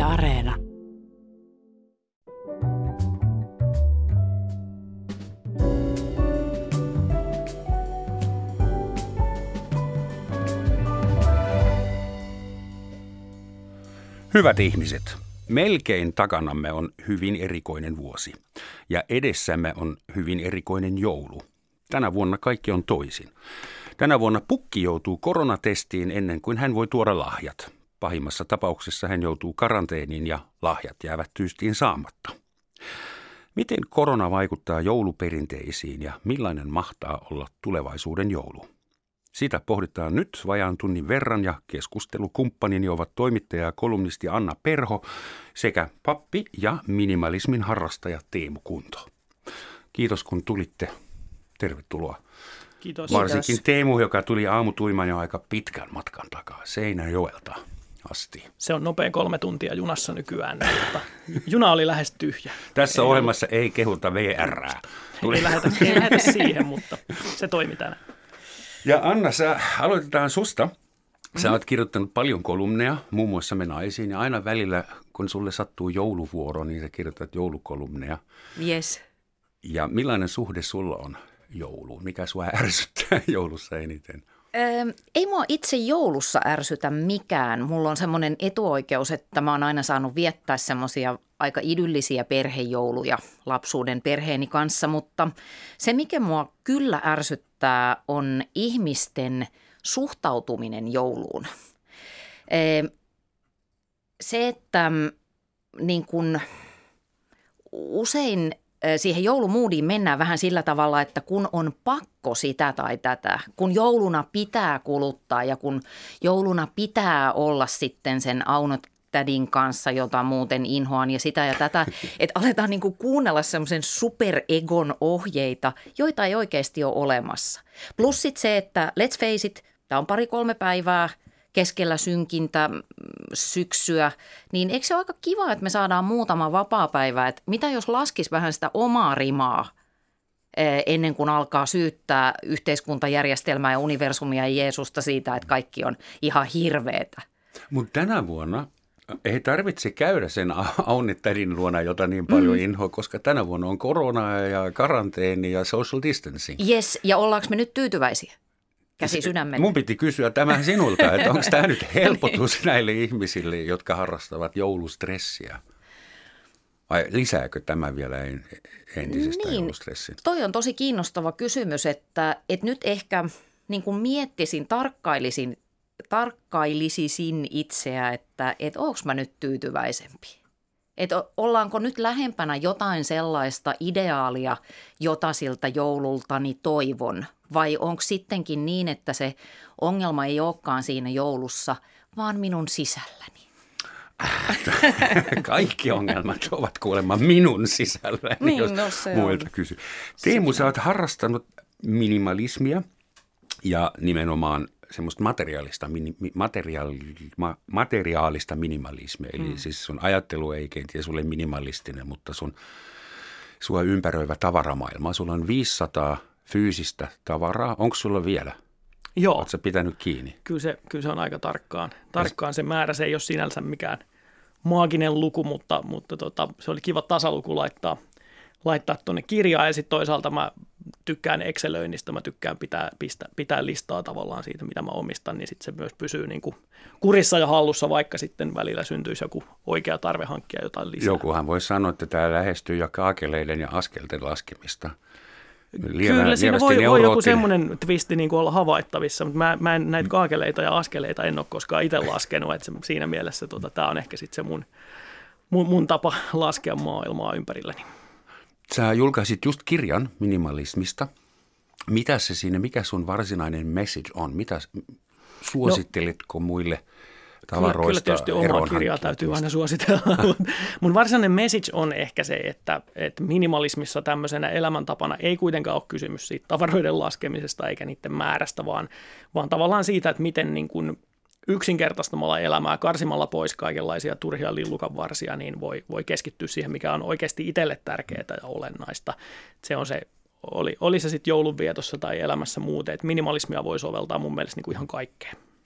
Areena. Hyvät ihmiset, melkein takanamme on hyvin erikoinen vuosi ja edessämme on hyvin erikoinen joulu. Tänä vuonna kaikki on toisin. Tänä vuonna pukki joutuu koronatestiin ennen kuin hän voi tuoda lahjat. Pahimmassa tapauksessa hän joutuu karanteeniin ja lahjat jäävät tyystiin saamatta. Miten korona vaikuttaa jouluperinteisiin ja millainen mahtaa olla tulevaisuuden joulu? Sitä pohditaan nyt vajaan tunnin verran ja keskustelukumppanini ovat toimittaja ja kolumnisti Anna Perho sekä pappi ja minimalismin harrastaja Teemu Kunto. Kiitos kun tulitte. Tervetuloa. Kiitos. Varsinkin Teemu, joka tuli aamutuiman jo aika pitkän matkan takaa Seinäjoelta asti. Se on nopea 3 tuntia junassa nykyään, mutta juna oli lähes tyhjä. Tässä ohjelmassa ei kehuta VR:ää. Ei lähdetä siihen, mutta se toimi tänään. Ja Anna, aloitetaan susta. Sä oot kirjoittanut paljon kolumneja, muun muassa Me Naisiin, ja aina välillä, kun sulle sattuu jouluvuoro, niin sä kirjoitat joulukolumneja. Yes. Ja millainen suhde sulla on jouluun? Mikä sua ärsyttää joulussa eniten? Ei mua itse joulussa ärsytä mikään. Mulla on semmoinen etuoikeus, että mä oon aina saanut viettää semmoisia aika idyllisiä perhejouluja lapsuuden perheeni kanssa, mutta se mikä mua kyllä ärsyttää on ihmisten suhtautuminen jouluun. Se, että niin kun usein siihen joulumuudiin mennään vähän sillä tavalla, että kun on pakko sitä tai tätä, kun jouluna pitää kuluttaa ja kun jouluna pitää olla sitten sen Auno-tädin kanssa, jota muuten inhoan ja sitä ja tätä, että aletaan niin kuin kuunnella semmoisen superegon ohjeita, joita ei oikeasti ole olemassa. Plus sitten se, että let's face it, tämä on 2-3 päivää keskellä synkintä syksyä, niin eikö se ole aika kiva, että me saadaan muutama vapaapäivä, että mitä jos laskisi vähän sitä omaa rimaa ennen kuin alkaa syyttää yhteiskuntajärjestelmää ja universumia ja Jeesusta siitä, että kaikki on ihan hirveetä. Mutta tänä vuonna ei tarvitse käydä sen Auno-tädin luona, jota niin paljon inhoa, koska tänä vuonna on korona ja karanteeni ja social distancing. Yes, ja ollaanko me nyt tyytyväisiä? Käsi sydämellä. Mun piti kysyä tämän sinulta, että onko tämä nyt helpotus näille ihmisille, jotka harrastavat joulustressiä? Vai lisääkö tämä vielä entisestään joulustressin? Toi on tosi kiinnostava kysymys, että nyt ehkä niin kuin miettisin, tarkkailisin itseä, että onko mä nyt tyytyväisempi? Että ollaanko nyt lähempänä jotain sellaista ideaalia, jota siltä joulultani toivon? Vai onko sittenkin niin, että se ongelma ei olekaan siinä joulussa, vaan minun sisälläni? Kaikki ongelmat ovat kuulemma minun sisälläni, niin, jos muilta kysyy. Teemu, sä oot harrastanut minimalismia ja nimenomaan semmoista materiaalista minimalismia. Eli siis sun ajattelu ei kenties ole minimalistinen, mutta sua ympäröivä tavaramaailma. Sulla on 500 fyysistä tavaraa. Onko sulla vielä? Joo. Oletko sä pitänyt kiinni? Kyllä se on aika tarkkaan se määrä. Se ei ole sinänsä mikään maaginen luku, mutta se oli kiva tasaluku laittaa tuonne kirjaan. Ja sitten toisaalta mä tykkään Excelöinnistä, mä tykkään pitää listaa tavallaan siitä, mitä mä omistan, niin sitten se myös pysyy niin kuin kurissa ja hallussa, vaikka sitten välillä syntyisi joku oikea tarve hankkia jotain lisää. Jokuhan voi sanoa, että tämä lähestyy jo kaakeleiden ja askelten laskemista. Kyllä siinä voi joku semmoinen twisti niin kuin olla havaittavissa, mutta mä en näitä kaakeleita ja askeleita en ole koskaan itse laskenut, että siinä mielessä tämä on ehkä sitten se mun tapa laskea maailmaa ympärilläni. Sä julkaisit just kirjan minimalismista. Mitä se siinä, mikä sun varsinainen message on? Mitä suositteletko muille tavaroista? Kyllä tietysti omaa kirjaa täytyy aina suositella. Mun varsinainen message on ehkä se, että minimalismissa tämmöisenä elämäntapana ei kuitenkaan ole kysymys siitä tavaroiden laskemisesta eikä niiden määrästä, vaan tavallaan siitä, että miten niin kuin yksinkertaistamalla elämää, karsimalla pois kaikenlaisia turhia lillukanvarsia, niin voi keskittyä siihen, mikä on oikeasti itselle tärkeää ja olennaista. Se on se, oli se sitten joulunvietossa tai elämässä muuten, että minimalismia voi soveltaa mun mielestä niin kuin ihan kaikkeen.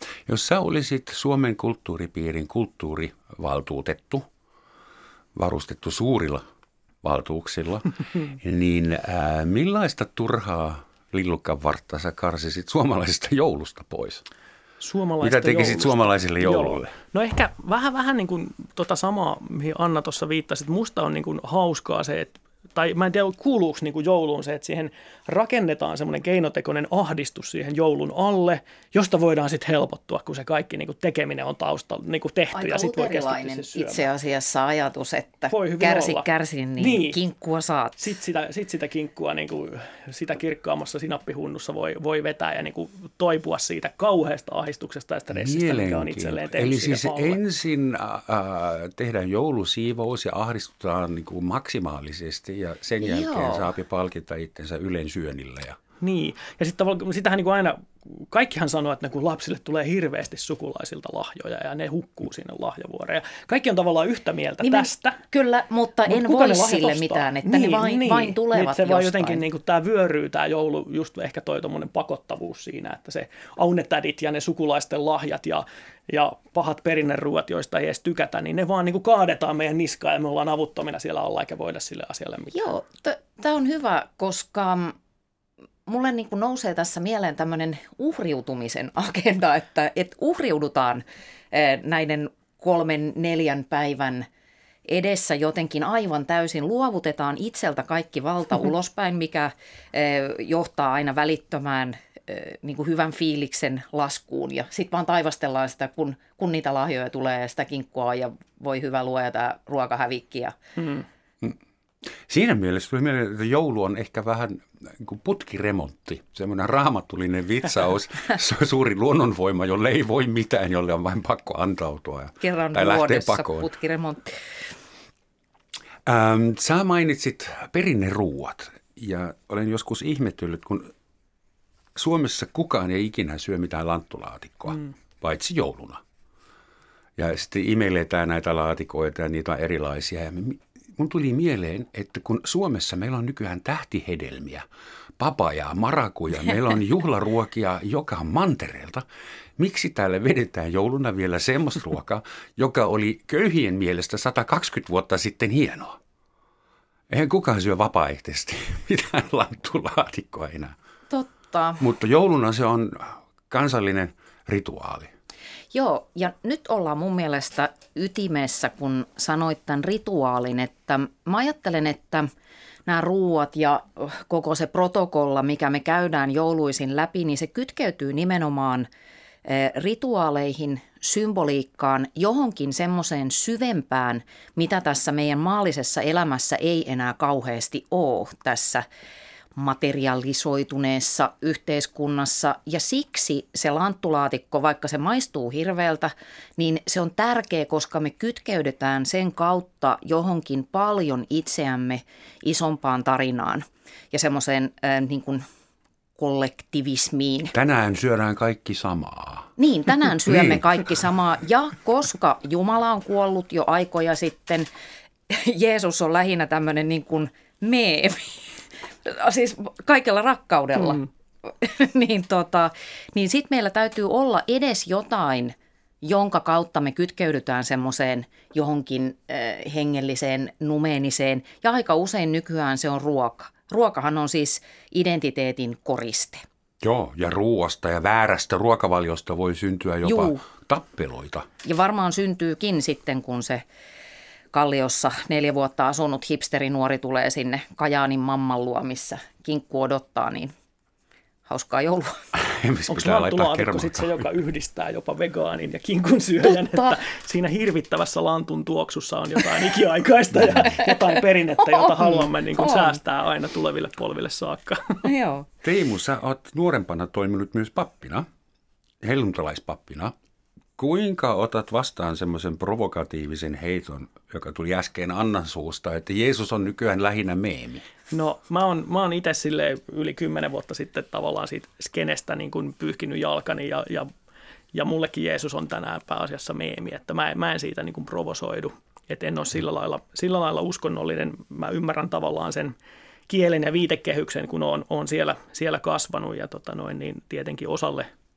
Jos sä olisit Suomen kulttuuripiirin kulttuurivaltuutettu, varustettu suurilla valtuuksilla, niin millaista turhaa lillukkavartta sä karsisit suomalaisesta joulusta pois? Mitä tekisit joulusta suomalaisille jouluille? Joo. No ehkä vähän niin kuin samaa, mihin Anna tuossa viittasi, että musta on niin kuin hauskaa se, että tai mä en tiedä, kuuluuko niin kuin jouluun se, että siihen rakennetaan semmoinen keinotekoinen ahdistus siihen joulun alle, josta voidaan sitten helpottua, kun se kaikki niin kuin tekeminen on taustalla niin kuin tehty. Aika ja sitten voi luterilainen itse asiassa ajatus, että kärsi, niin kinkkua saat. Sitten sitä kinkkua, niin kuin, sitä kirkkaammassa sinappihunnussa voi vetää ja niin kuin toipua siitä kauheasta ahdistuksesta ja stressistä, mikä on itselleen tehnyt. Eli siis ensin tehdään joulusiivous ja ahdistutaan niin kuin maksimaalisesti. Ja sen jälkeen saapi palkita itsensä ylensyönnillä. Niin, ja sitähän niin kuin aina, kaikkihan sanoo, että kun lapsille tulee hirveästi sukulaisilta lahjoja ja ne hukkuu sinne lahjavuoreen. Kaikki on tavallaan yhtä mieltä tästä. Kyllä, mutta en voi sille mitään, että ne vain tulevat jostain. Se vaan jotenkin, niin kuin tämä vyöryy tämä joulu, just ehkä toi tommoinen pakottavuus siinä, että se aunetädit ja ne sukulaisten lahjat ja pahat perinneruuat, joista ei edes tykätä, niin ne vaan niin kuin kaadetaan meidän niskaan ja me ollaan avuttomina siellä alla eikä voida sille asialle mitään. Joo, tämä on hyvä, koska mulle niin kuin nousee tässä mieleen tämmöinen uhriutumisen agenda, että uhriudutaan näiden 3-4 päivän edessä jotenkin aivan täysin, luovutetaan itseltä kaikki valta ulospäin, mikä johtaa aina välittömään niin kuin hyvän fiiliksen laskuun ja sitten vaan taivastellaan sitä, kun niitä lahjoja tulee ja sitä kinkkua ja voi hyvä luoja tämä ruokahävikkiä. Siinä mielessä tuli mieleen, että joulu on ehkä vähän niin kuin putkiremontti, semmoinen raamatullinen vitsaus, suuri luonnonvoima, jolle ei voi mitään, jolle on vain pakko antautua tai lähteä pakoon. Putkiremontti. Sä mainitsit perinneruuat ja olen joskus ihmetellyt, kun Suomessa kukaan ei ikinä syö mitään lanttulaatikkoa, paitsi jouluna. Ja sitten imelletään näitä laatikoita ja niitä on erilaisia. Ja mun tuli mieleen, että kun Suomessa meillä on nykyään tähtihedelmiä, papajaa, marakuja, meillä on juhlaruokia joka mantereelta. Miksi täällä vedetään jouluna vielä semmoista ruokaa, joka oli köyhien mielestä 120 vuotta sitten hienoa? Eihän kukaan syö vapaaehtoisesti mitään lanttulaatikkoa enää. Totta. Mutta jouluna se on kansallinen rituaali. Joo, ja nyt ollaan mun mielestä ytimessä, kun sanoit tämän rituaalin, että mä ajattelen, että nämä ruuat ja koko se protokolla, mikä me käydään jouluisin läpi, niin se kytkeytyy nimenomaan rituaaleihin, symboliikkaan, johonkin semmoiseen syvempään, mitä tässä meidän maallisessa elämässä ei enää kauheasti ole tässä materialisoituneessa yhteiskunnassa ja siksi se lanttulaatikko, vaikka se maistuu hirveältä, niin se on tärkeä, koska me kytkeydytään sen kautta johonkin paljon itseämme isompaan tarinaan ja semmoiseen niin kuin kollektivismiin. Tänään syödään kaikki samaa. Niin, tänään syömme kaikki samaa ja koska Jumala on kuollut jo aikoja sitten, Jeesus on lähinnä tämmöinen niin kuin meemi. Siis kaikella rakkaudella, niin sitten meillä täytyy olla edes jotain, jonka kautta me kytkeydytään semmoiseen johonkin hengelliseen, numeeniseen ja aika usein nykyään se on ruoka. Ruokahan on siis identiteetin koriste. Joo, ja ruoasta ja väärästä ruokavaliosta voi syntyä jopa tappeloita. Ja varmaan syntyykin sitten, kun se Kalliossa 4 vuotta asunut hipsterinuori tulee sinne Kajaanin mamman luo, missä kinkku odottaa, niin hauskaa joulua. Onko lanttulaatikko sitten se, joka yhdistää jopa vegaanin ja kinkun syöjän, että siinä hirvittävässä lantun tuoksussa on jotain ikiaikaista ja jotain perinnettä, jota haluamme niin kuin säästää aina tuleville polville saakka. Joo. Teemu, sä oot nuorempana toiminut myös pappina, helluntalaispappina. Kuinka otat vastaan semmoisen provokatiivisen heiton, joka tuli äsken Annan suusta, että Jeesus on nykyään lähinnä meemi? No mä oon itse silleen yli 10 vuotta sitten tavallaan siitä skenestä niin kuin pyyhkinyt jalkani ja mullekin Jeesus on tänään pääasiassa meemi, että mä en siitä niin kuin provosoidu, että en ole sillä lailla uskonnollinen. Mä ymmärrän tavallaan sen kielen ja viitekehyksen, kun on siellä kasvanut ja niin tietenkin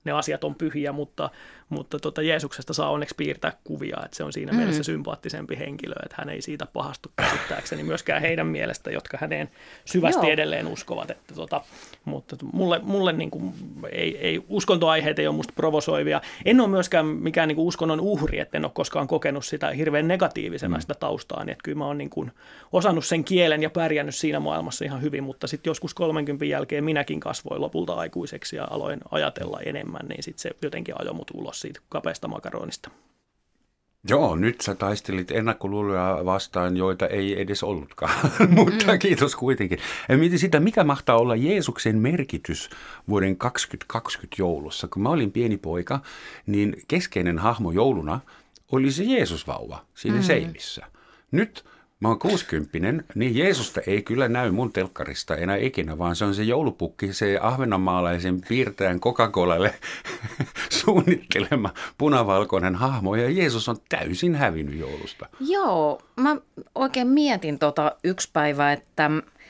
ne asiat on pyhiä, mutta Jeesuksesta saa onneksi piirtää kuvia, että se on siinä mielessä sympaattisempi henkilö, että hän ei siitä pahastu käsittääkseni myöskään heidän mielestä, jotka häneen syvästi edelleen uskovat. Että mutta mulle niin kuin ei uskontoaiheet ei ole musta provosoivia. En ole myöskään mikään niin kuin uskonnon uhri, että en ole koskaan kokenut sitä hirveän negatiivisena sitä taustaa, niin että kyllä mä oon niin kuin osannut sen kielen ja pärjännyt siinä maailmassa ihan hyvin, mutta sitten joskus 30 jälkeen minäkin kasvoin lopulta aikuiseksi ja aloin ajatella enemmän, niin sitten se jotenkin ajoi mut ulos siitä kapeasta makaronista. Joo, nyt sä taistelit ennakkoluuloja vastaan, joita ei edes ollutkaan, mutta kiitos kuitenkin. Ja mietin sitä, mikä mahtaa olla Jeesuksen merkitys vuoden 2020 joulussa. Kun mä olin pieni poika, niin keskeinen hahmo jouluna oli se Jeesusvauva siinä seimissä. Nyt mä oon 60, niin Jeesusta ei kyllä näy mun telkkarista enää ikinä, vaan se on se joulupukki, se ahvenanmaalaisen piirtäjän Coca-Colalle suunnittelema punavalkoinen hahmo, ja Jeesus on täysin hävinnyt joulusta. Joo, mä oikein mietin yksi päivä, että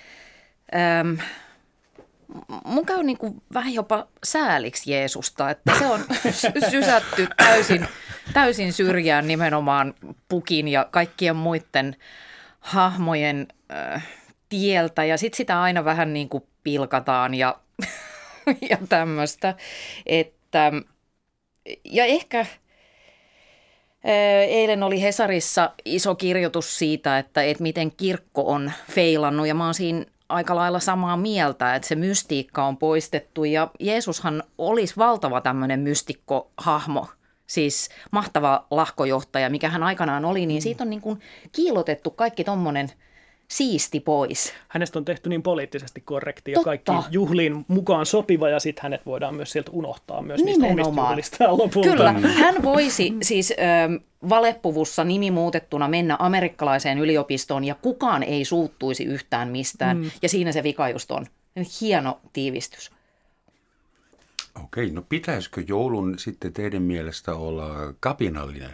mun käy niin kuin vähän jopa sääliksi Jeesusta, että se on sysätty täysin syrjään nimenomaan pukin ja kaikkien muiden hahmojen tieltä, ja sitten sitä aina vähän niin kuin pilkataan ja tämmöistä, että ja ehkä eilen oli Hesarissa iso kirjoitus siitä, että miten kirkko on feilannut, ja mä oon siinä aika lailla samaa mieltä, että se mystiikka on poistettu, ja Jeesushan olisi valtava tämmöinen mystikkohahmo, siis mahtava lahkojohtaja, mikä hän aikanaan oli, niin siitä on niin kuin kiillotettu kaikki tommonen siisti pois. Hänestä on tehty niin poliittisesti korrekti ja kaikki juhliin mukaan sopiva, ja sitten hänet voidaan myös sieltä unohtaa myös niistä omista juhlistaan lopulta. Kyllä, hän voisi siis valeppuvussa nimi muutettuna mennä amerikkalaiseen yliopistoon, ja kukaan ei suuttuisi yhtään mistään, ja siinä se vika just on. Hieno tiivistys. Okei, no pitäisikö joulun sitten teidän mielestä olla kapinallinen?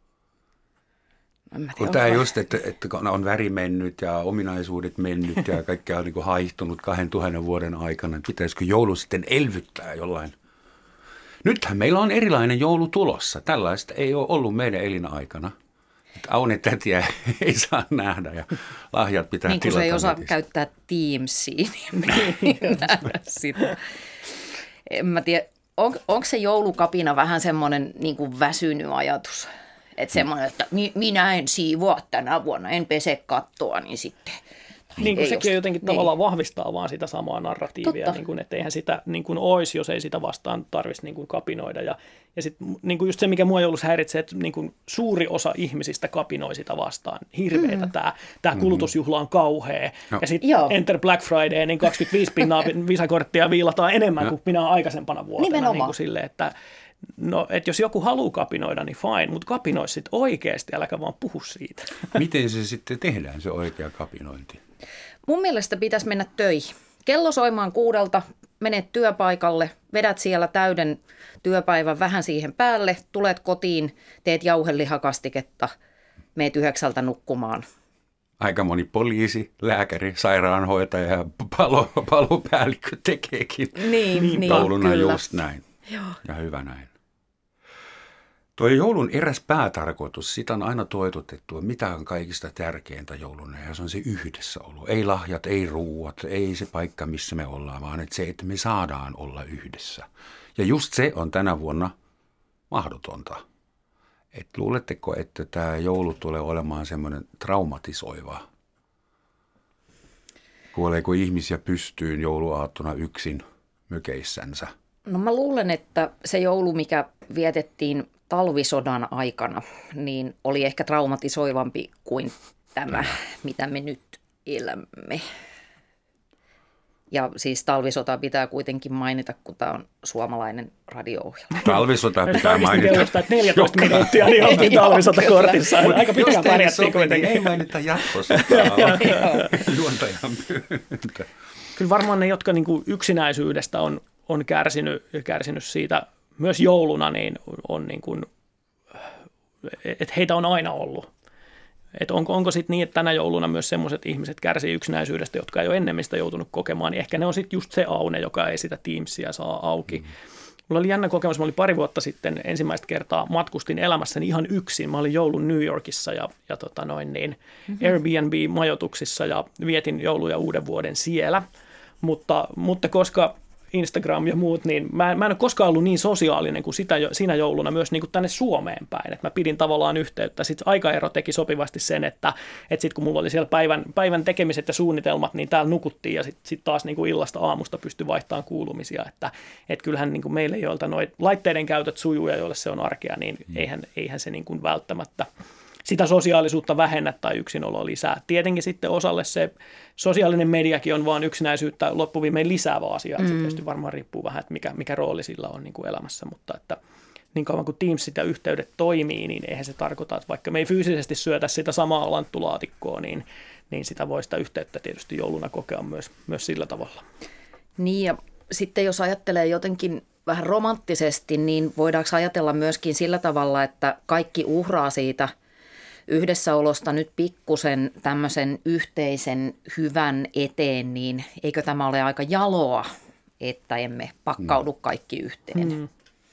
Kun tämä just, että on väri mennyt ja ominaisuudet mennyt ja kaikkea on niin haihtunut 2000 vuoden aikana, pitäisikö joulu sitten elvyttää jollain? Nythän meillä on erilainen joulu tulossa. Tällaista ei ole ollut meidän elinaikana. Aunetätiä ei saa nähdä ja lahjat pitää niin tilata. Niin kuin se ei osaa käyttää Teamsia, niin nähdä sitä. En mä tiedä, onko se joulukapina vähän semmoinen niin kuin väsynyt ajatus? Että semmoinen, että minä en siivoa tänä vuonna, en pese kattoa, niin sitten. Niin kuin sekin jotenkin tavallaan vahvistaa vaan sitä samaa narratiivia, niin kuin, että eihän sitä niin kuin olisi, jos ei sitä vastaan tarvitsisi niin kuin kapinoida. Ja sitten niin kuin just se, mikä mua joulussa häiritsee, että niin kuin suuri osa ihmisistä kapinoi sitä vastaan. Hirveetä tämä kulutusjuhla on kauhea. No. Ja sitten Enter Black Friday, niin 25 pinnaa visakorttia viilataan enemmän kuin minä aikaisempana vuotena. Niin kuin sille, että no, että jos joku haluaa kapinoida, niin fine, mutta kapinoi sitten oikeasti, äläkä vaan puhu siitä. Miten se sitten tehdään, se oikea kapinointi? Mun mielestä pitäisi mennä töihin. Kello soimaan 6, menet työpaikalle, vedät siellä täyden työpäivän vähän siihen päälle, tulet kotiin, teet jauhelihakastiketta, meet 9 nukkumaan. Aika moni poliisi, lääkäri, sairaanhoitaja ja palopäällikkö tekeekin niin, tauluna kyllä. Just näin. Joo. Ja hyvä näin. Tuo joulun eräs päätarkoitus, sitä on aina toitotettu, mitä on kaikista tärkeintä jouluna, ja se on se yhdessäolo. Ei lahjat, ei ruuat, ei se paikka, missä me ollaan, vaan että se, että me saadaan olla yhdessä. Ja just se on tänä vuonna mahdotonta. Et luuletteko, että tämä joulu tulee olemaan semmoinen traumatisoiva? Kuoleeko ihmisiä pystyyn jouluaattona yksin mökeissänsä? No mä luulen, että se joulu, mikä vietettiin talvisodan aikana, niin oli ehkä traumatisoivampi kuin tämä, mitä me nyt elämme. Ja siis talvisota pitää kuitenkin mainita, kun tämä on suomalainen radio-ohjelma. Talvisota pitää mainita. Kellosta, että 14 minuuttia niin oltiin talvisota kortissa. Aika pitkään pärjättiin kuitenkin. Ei mainita jatkosotaa, juontajan pyyntä. Kyllä varmaan ne, jotka niin kuin yksinäisyydestä on kärsinyt siitä myös jouluna, niin on niin kuin, että heitä on aina ollut. Että onko sitten niin, että tänä jouluna myös semmoiset ihmiset kärsii yksinäisyydestä, jotka ei ole ennemmin sitä joutunut kokemaan, niin ehkä ne on sitten just se Aune, joka ei sitä Teamsia saa auki. Mulla oli jännä kokemus, mä olin pari vuotta sitten ensimmäistä kertaa matkustin elämässäni ihan yksin. Mä olin joulun New Yorkissa ja Airbnb-majoituksissa ja vietin joulun ja uuden vuoden siellä, mutta koska Instagram ja muut, niin mä en ole koskaan ollut niin sosiaalinen kuin siinä jouluna myös niin kuin tänne Suomeen päin. Et mä pidin tavallaan yhteyttä. Sitten aikaero teki sopivasti sen, että sitten kun mulla oli siellä päivän tekemiset ja suunnitelmat, niin täällä nukuttiin ja sitten taas niin kuin illasta aamusta pystyi vaihtamaan kuulumisia. Että kyllähän niin kuin meille, joilta noi laitteiden käytöt sujuu ja joille se on arkea, niin eihän se niin kuin välttämättä sitä sosiaalisuutta vähennä tai yksinoloa lisää. Tietenkin sitten osalle se sosiaalinen mediakin on vaan yksinäisyyttä loppuviimein lisäävä asia. Se tietysti varmaan riippuu vähän, että mikä rooli sillä on niin kuin elämässä, mutta että niin kauan kuin Teamsit ja yhteydet toimii, niin eihän se tarkoita, että vaikka me ei fyysisesti syötä sitä samaa lanttulaatikkoa, niin sitä voi sitä yhteyttä tietysti jouluna kokea myös sillä tavalla. Niin ja sitten jos ajattelee jotenkin vähän romanttisesti, niin voidaanko ajatella myöskin sillä tavalla, että kaikki uhraa siitä yhdessäolosta nyt pikkusen tämmöisen yhteisen hyvän eteen, niin eikö tämä ole aika jaloa, että emme pakkaudu kaikki yhteen?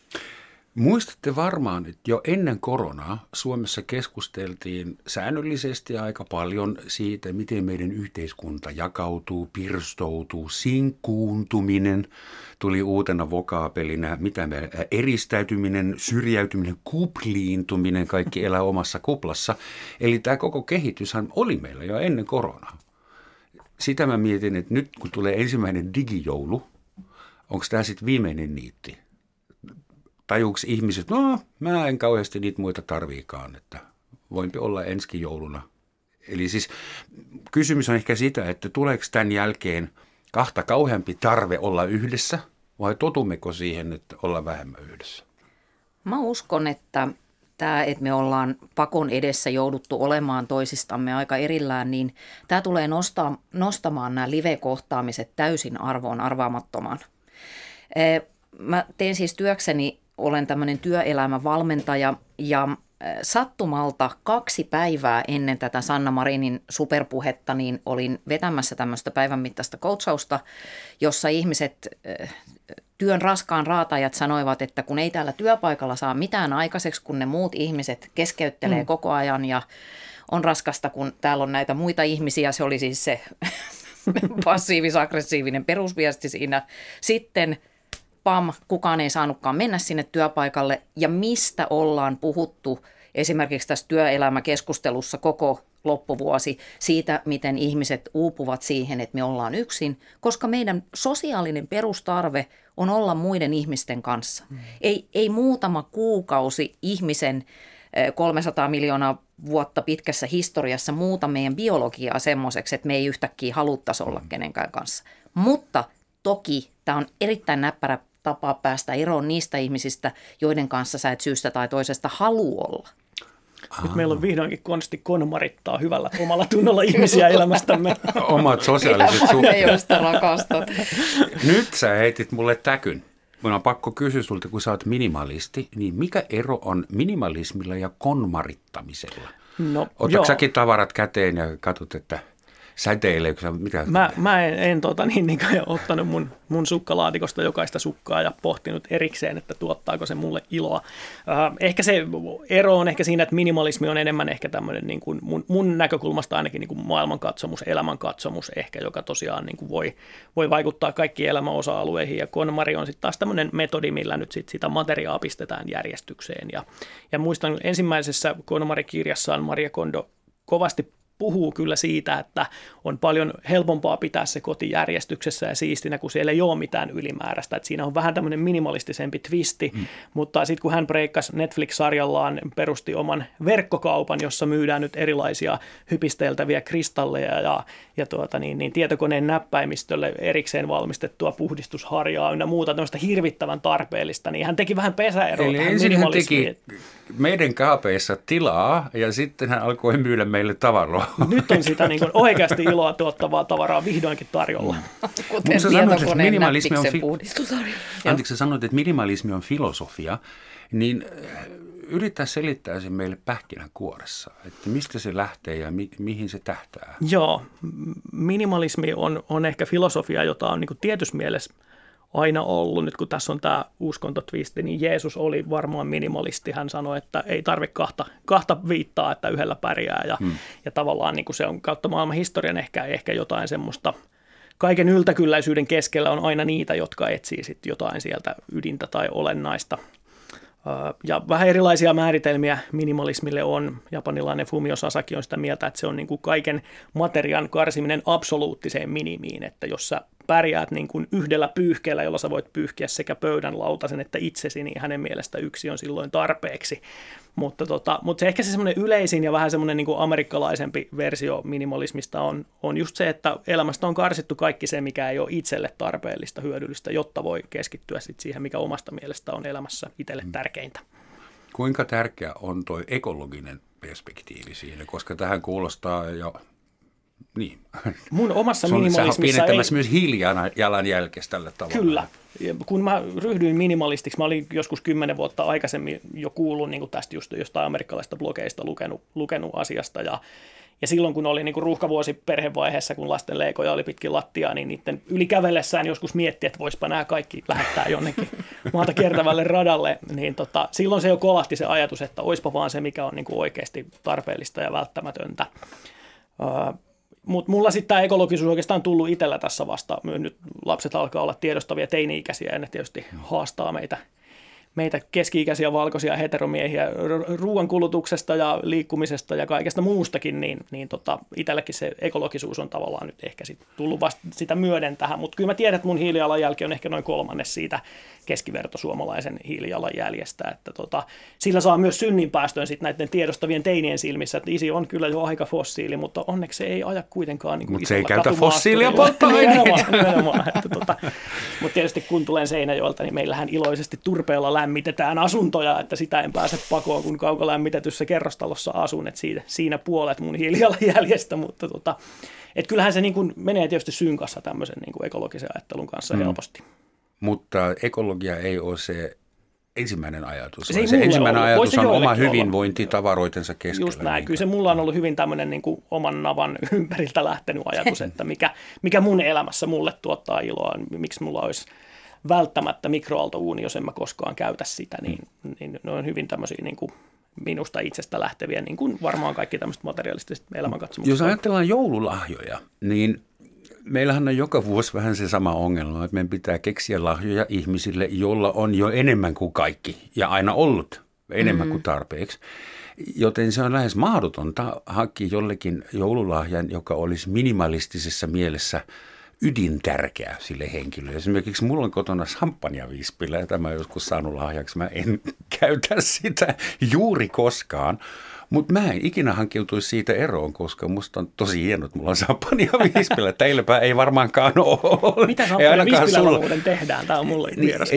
Muistatte varmaan, että jo ennen koronaa Suomessa keskusteltiin säännöllisesti aika paljon siitä, miten meidän yhteiskunta jakautuu, pirstoutuu, sinkkuuntuminen tuli uutena vokaapelina, eristäytyminen, syrjäytyminen, kupliintuminen, kaikki elää omassa kuplassa. Eli tämä koko kehityshän oli meillä jo ennen koronaa. Sitä mä mietin, että nyt kun tulee ensimmäinen digijoulu, onko tämä sitten viimeinen niitti? Tajuuks ihmiset, no mä en kauheasti niitä muita tarviikaan, että voinpi olla ensi jouluna. Eli siis kysymys on ehkä sitä, että tuleeko tämän jälkeen kahta kauheampi tarve olla yhdessä vai totummeko siihen, että olla vähemmän yhdessä? Mä uskon, että tämä, että me ollaan pakon edessä jouduttu olemaan toisistamme aika erillään, niin tämä tulee nostamaan nämä live-kohtaamiset täysin arvoon arvaamattomaan. Mä teen siis työkseni, olen tämmöinen työelämävalmentaja ja sattumalta 2 päivää ennen tätä Sanna Marinin superpuhetta, niin olin vetämässä tämmöistä päivän mittaista coachausta, jossa ihmiset, työn raskaan raatajat sanoivat, että kun ei täällä työpaikalla saa mitään aikaiseksi, kun ne muut ihmiset keskeyttelee koko ajan ja on raskasta, kun täällä on näitä muita ihmisiä. Se oli siis se passiivis-aggressiivinen perusviesti siinä. Sitten kukaan ei saanutkaan mennä sinne työpaikalle ja mistä ollaan puhuttu esimerkiksi tässä työelämäkeskustelussa koko loppuvuosi siitä, miten ihmiset uupuvat siihen, että me ollaan yksin, koska meidän sosiaalinen perustarve on olla muiden ihmisten kanssa. Ei muutama kuukausi ihmisen 300 miljoonaa vuotta pitkässä historiassa muuta meidän biologiaa semmoiseksi, että me ei yhtäkkiä haluttaisi olla kenenkään kanssa. Mutta toki tämä on erittäin näppärä tapa päästä eroon niistä ihmisistä, joiden kanssa sä et syystä tai toisesta halua olla. Nyt meillä on vihdoinkin konsti konmarittaa hyvällä omalla tunnolla ihmisiä elämästämme. Omat sosiaaliset suhteet. Josta rakastat. Nyt sä heitit mulle täkyn. Mun on pakko kysyä sulta, kun sä oot minimalisti, niin mikä ero on minimalismilla ja konmarittamisella? No, otatko säkin tavarat käteen ja katsot, että säteileekö sä mitä? Mä en ottanut mun sukkalaatikosta jokaista sukkaa ja pohtinut erikseen, että tuottaako se mulle iloa. Ehkä se ero on ehkä siinä, että minimalismi on enemmän ehkä tämmöinen niin kuin mun näkökulmasta ainakin niin kuin maailmankatsomus, elämänkatsomus ehkä, joka tosiaan niin kuin voi vaikuttaa kaikkiin elämän osa-alueihin. Ja KonMari on sitten taas tämmöinen metodi, millä nyt sitä materiaa pistetään järjestykseen. Ja muistan ensimmäisessä KonMari-kirjassaan Maria Kondo kovasti puhuu kyllä siitä, että on paljon helpompaa pitää se koti järjestyksessä ja siistinä, kun siellä ei ole mitään ylimääräistä. Että siinä on vähän tämmöinen minimalistisempi twisti, mutta sitten kun hän breikkasi Netflix-sarjallaan, perusti oman verkkokaupan, jossa myydään nyt erilaisia hypisteltäviä kristalleja ja tietokoneen näppäimistölle erikseen valmistettua puhdistusharjaa ynnä muuta tämmöistä hirvittävän tarpeellista, niin hän teki vähän pesäeroa tähän minimalismiin. Hän teki meidän kaapeissa tilaa ja sitten hän alkoi myydä meille tavaroa. Nyt on sitä niin kuin oikeasti iloa tuottavaa tavaraa vihdoinkin tarjolla. Kuten tietokoneen näppiksen puhdistusharja. Anteeksi, sä sanoit, että minimalismi on filosofia, niin yrittää selittää sen meille pähkinänkuoressa, että mistä se lähtee ja mihin se tähtää. Joo, minimalismi on ehkä filosofia, jota on niin kuin tietyssä mielessä aina ollut. Nyt kun tässä on tämä uskontotwisti, niin Jeesus oli varmaan minimalisti. Hän sanoi, että ei tarvitse kahta viittaa, että yhdellä pärjää. Ja tavallaan niin kuin se on kautta maailman historian ehkä jotain semmoista. Kaiken yltäkylläisyyden keskellä on aina niitä, jotka etsii sit jotain sieltä ydintä tai olennaista. Ja vähän erilaisia määritelmiä minimalismille on. Japanilainen Fumio Sasaki on sitä mieltä, että se on niin kuin kaiken materian karsiminen absoluuttiseen minimiin, että jos sä pärjäät niin kuin yhdellä pyyhkeellä, jolla sä voit pyyhkiä sekä pöydän, lautasen että itsesi, niin hänen mielestä yksi on silloin tarpeeksi. Mutta se ehkä se semmoinen yleisin ja vähän semmoinen niin kuin amerikkalaisempi versio minimalismista on just se, että elämästä on karsittu kaikki se, mikä ei ole itselle tarpeellista, hyödyllistä, jotta voi keskittyä sit siihen, mikä omasta mielestä on elämässä itselle tärkeintä. Kuinka tärkeä on tuo ekologinen perspektiivi siinä, koska tähän kuulostaa jo... Niin. Mun omassa minimalismissa Sähän on pienentämässä myös hiilijalanjälkeä tällä tavalla. Kyllä. Kun mä ryhdyin minimalistiksi, mä olin joskus 10 vuotta aikaisemmin jo kuullut niin kuin tästä just jostain amerikkalaisista blogeista lukenut asiasta. Ja silloin, kun oli niin kuin ruuhkavuosi perhevaiheessa, kun lasten leikoja oli pitkin lattiaa, niin niiden yli kävellessään joskus mietti, että voispa nämä kaikki lähettää jonnekin maata kiertävälle radalle. Niin silloin se jo kolahti se ajatus, että oispa vaan se, mikä on niin kuin oikeasti tarpeellista ja välttämätöntä. Mutta mulla sitten tämä ekologisuus oikeastaan tullut itsellä tässä vasta. Nyt lapset alkaa olla tiedostavia teini-ikäisiä ja ne tietysti haastaa meitä keski-ikäisiä valkoisia heteromiehiä ruoankulutuksesta ja liikkumisesta ja kaikesta muustakin, niin itselläkin se ekologisuus on tavallaan nyt ehkä tullut vasta sitä myöden tähän. Mutta kyllä mä tiedän, että mun hiilijalanjälki on ehkä noin 1/3 siitä keskivertosuomalaisen hiilijalanjäljestä. Että sillä saa myös synninpäästöön sitten näiden tiedostavien teinien silmissä, että isi on kyllä jo aika fossiili, mutta onneksi se ei aja kuitenkaan niin mutta se ei käytä fossiilia polttoaineita. Mutta tietysti kun tulen Seinäjoelta, niin meillähän iloisesti turpeella lämmitetään asuntoja, että sitä en pääse pakoon, kun kaukolämmitetyssä kerrostalossa asun, että siinä puolet mun hiilijalanjäljestä, mutta että kyllähän se niin kuin menee tietysti synkassa tämmöisen niin kuin ekologisen ajattelun kanssa helposti. Mutta ekologia ei ole se ensimmäinen ajatus. Se ensimmäinen ollut. ajatus on oma hyvinvointi tavaroitensa keskellä. Just näin. Kyllä se mulla on ollut hyvin tämmöinen niin kuin oman navan ympäriltä lähtenyt ajatus, että mikä mun elämässä mulle tuottaa iloa, miksi mulla olisi välttämättä mikroaaltouuni, jos en mä koskaan käytä sitä, niin ne on hyvin tämmöisiä niin kuin minusta itsestä lähteviä, niin kuin varmaan kaikki tämmöiset materialistiset elämänkatsomukset. Jos ajatellaan joululahjoja, niin meillähän on joka vuosi vähän se sama ongelma, että meidän pitää keksiä lahjoja ihmisille, joilla on jo enemmän kuin kaikki ja aina ollut enemmän kuin tarpeeksi. Joten se on lähes mahdotonta hankkia jollekin joululahjan, joka olisi minimalistisessa mielessä ydintärkeä sille henkilölle. Esimerkiksi mulla on kotona samppanjavispilä, ja tämä joskus saanut lahjaksi. Mä en käytä sitä juuri koskaan, mutta mä en ikinä hankkiutuisi siitä eroon, koska musta on tosi hieno, että mulla on samppanjavispilä. Teilläpä ei varmaankaan ole. Mitä samppanjavispilällä muuten tehdään? Tämä on mulle vieras.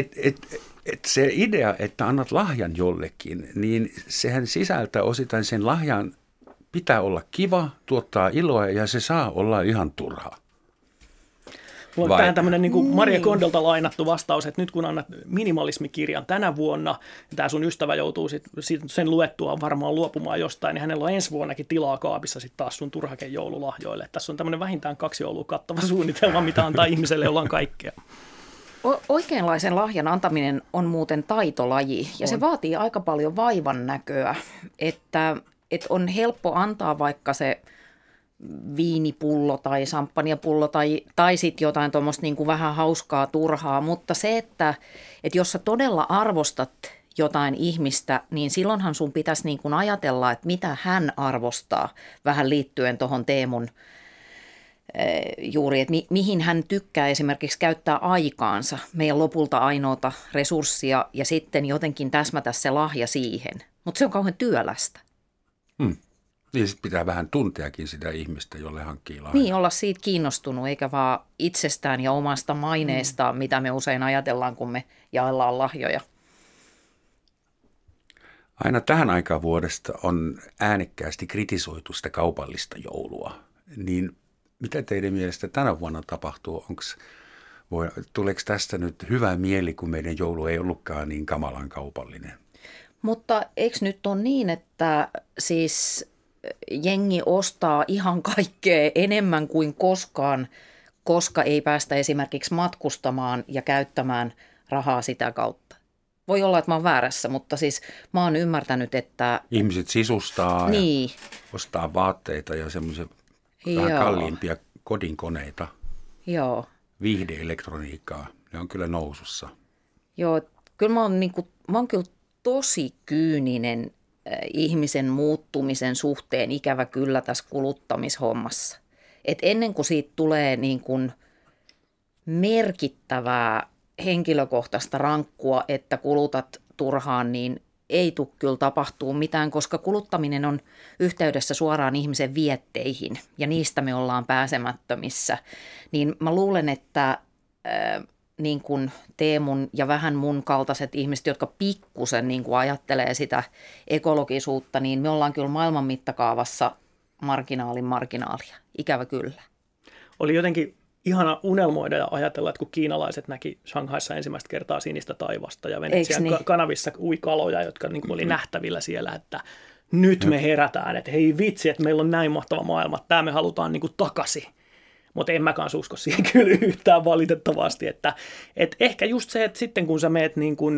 Se idea, että annat lahjan jollekin, niin sehän sisältää osittain sen lahjan pitää olla kiva, tuottaa iloa ja se saa olla ihan turhaa. Mulla on tähän tämmöinen niin kuin Maria Kondolta lainattu vastaus, että nyt kun annat minimalismikirjan tänä vuonna, ja tämä sun ystävä joutuu sen luettua varmaan luopumaan jostain, niin hänellä on ensi vuonnakin tilaa kaapissa sitten taas sun turhakejoululahjoille. Tässä on tämmöinen vähintään 2 joulua kattava suunnitelma, mitä antaa ihmiselle, jolla on kaikkea. Oikeanlaisen lahjan antaminen on muuten taitolaji ja se vaatii aika paljon vaivan näköä, että on helppo antaa vaikka se viinipullo tai samppanjapullo tai sitten jotain tuommoista niin kuin vähän hauskaa turhaa, mutta se, että jos sä todella arvostat jotain ihmistä, niin silloinhan sun pitäisi niin kuin ajatella, että mitä hän arvostaa vähän liittyen tuohon Teemun juuri, että mihin hän tykkää esimerkiksi käyttää aikaansa, meidän lopulta ainoata resurssia ja sitten jotenkin täsmätä se lahja siihen, mutta se on kauhean työlästä. Niin sitten pitää vähän tunteakin sitä ihmistä, jolle hankkii lahja. Niin, olla siitä kiinnostunut, eikä vaan itsestään ja omasta maineestaan, mitä me usein ajatellaan, kun me jaellaan lahjoja. Aina tähän aikaan vuodesta on äänekkäästi kritisoitu sitä kaupallista joulua. Niin mitä teidän mielestä tänä vuonna tapahtuu? Tuleeko tästä nyt hyvä mieli, kun meidän joulu ei ollutkaan niin kamalan kaupallinen? Mutta eikö nyt ole niin, että siis jengi ostaa ihan kaikkea enemmän kuin koskaan, koska ei päästä esimerkiksi matkustamaan ja käyttämään rahaa sitä kautta. Voi olla, että mä oon väärässä, mutta siis mä oon ymmärtänyt, että... Ihmiset sisustaa niin. Ja ostaa vaatteita ja semmoisia vähän kalliimpia kodinkoneita. Joo. Viihdeelektroniikkaa, ne on kyllä nousussa. Joo, kyllä mä oon kyllä tosi kyyninen ihmisen muuttumisen suhteen, ikävä kyllä tässä kuluttamishommassa. Et ennen kuin siitä tulee niin kuin merkittävää henkilökohtaista rankkua, että kulutat turhaan, niin ei tule kyllä tapahtuu mitään, koska kuluttaminen on yhteydessä suoraan ihmisen vietteihin ja niistä me ollaan pääsemättömissä. Niin mä luulen, että niin kuin Teemun ja vähän mun kaltaiset ihmiset, jotka pikkusen niin kuin ajattelee sitä ekologisuutta, niin me ollaan kyllä maailman mittakaavassa marginaalia. Ikävä kyllä. Oli jotenkin ihana unelmoida ja ajatella, että kun kiinalaiset näki Shanghaissa ensimmäistä kertaa sinistä taivasta ja Venetsian kanavissa ui kaloja, jotka niin kuin oli nähtävillä siellä, että nyt me herätään, että hei vitsi, että meillä on näin mahtava maailma, että tämä me halutaan niin kuin takaisin. Mutta en mä kanssa usko siihen kyllä yhtään valitettavasti, että ehkä just se, että sitten kun sä meet niin kuin,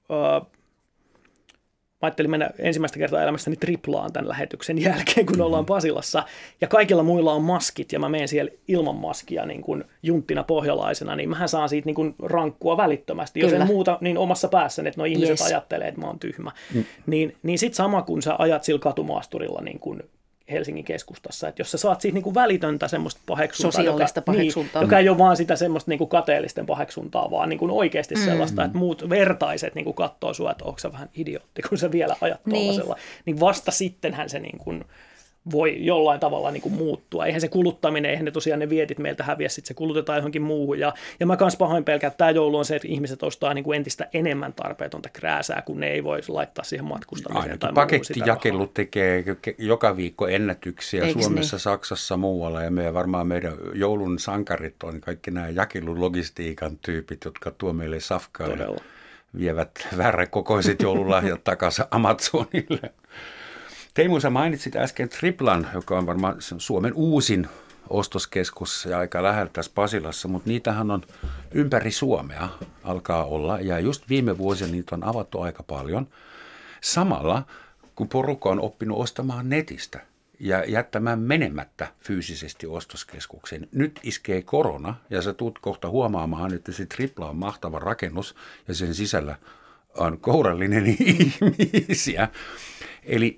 mä ajattelin mennä ensimmäistä kertaa elämässäni triplaan tämän lähetyksen jälkeen, kun ollaan Pasilassa, ja kaikilla muilla on maskit, ja mä menen siellä ilman maskia niin kuin junttina pohjalaisena, niin mähän saan siitä niin kuin rankkua välittömästi. Jos en muuta, niin omassa päässäni, että ihmiset ajattelee, että mä oon tyhmä. Niin sit sama, kun sä ajat sillä katumaasturilla niin kuin Helsingin keskustassa, että jos sä saat siitä niin kuin välitöntä semmoista paheksuntaa, sosiaalista paheksuntaa, joka ei ole vaan sitä semmoista niin kuin kateellisten paheksuntaa, vaan niin kuin oikeasti sellaista, että muut vertaiset niin kuin katsoo sua, että onko sä vähän idiootti, kun sä vielä ajat tuollaisella, niin vasta sittenhän se niin kuin voi jollain tavalla niin kuin muuttua. Eihän se kuluttaminen, eihän ne tosiaan ne vietit meiltä häviä, sitten se kulutetaan johonkin muuhun. Ja mä kans pahoin pelkään, että tämä joulu on se, että ihmiset ostaa niin kuin entistä enemmän tarpeetonta krääsää, kun ne ei voi laittaa siihen matkustamiseen. Ainakin pakettijakelu tekee joka viikko ennätyksiä Suomessa, Saksassa, muualla. Ja varmaan meidän joulun sankarit on kaikki nämä jakelulogistiikan tyypit, jotka tuo meille safkaa ja vievät vääränkokoiset joululahjat takaisin Amazonille. Teemu, sä mainitsit äsken Triplan, joka on varmaan Suomen uusin ostoskeskus ja aika lähellä tässä Pasilassa, mutta niitähän on ympäri Suomea alkaa olla ja just viime vuosina niitä on avattu aika paljon. Samalla kun porukka on oppinut ostamaan netistä ja jättämään menemättä fyysisesti ostoskeskukseen. Nyt iskee korona ja sä tulet kohta huomaamaan, että se Tripla on mahtava rakennus ja sen sisällä on kourallinen ihmisiä. Eli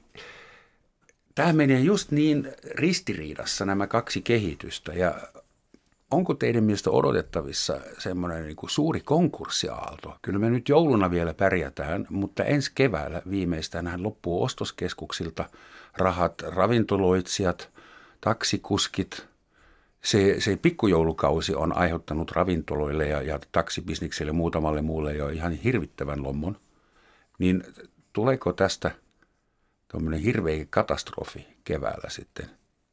tämä menee just niin ristiriidassa nämä kaksi kehitystä ja onko teidän mielestä odotettavissa semmoinen niin kuin suuri konkurssiaalto? Kyllä me nyt jouluna vielä pärjätään, mutta ensi keväällä viimeistään loppuu ostoskeskuksilta rahat, ravintoloitsijat, taksikuskit. Se pikkujoulukausi on aiheuttanut ravintoloille ja taksibisnikselle ja muutamalle muulle jo ihan hirvittävän lommon. Niin tuleeko tästä tuommoinen hirveä katastrofi keväällä sitten?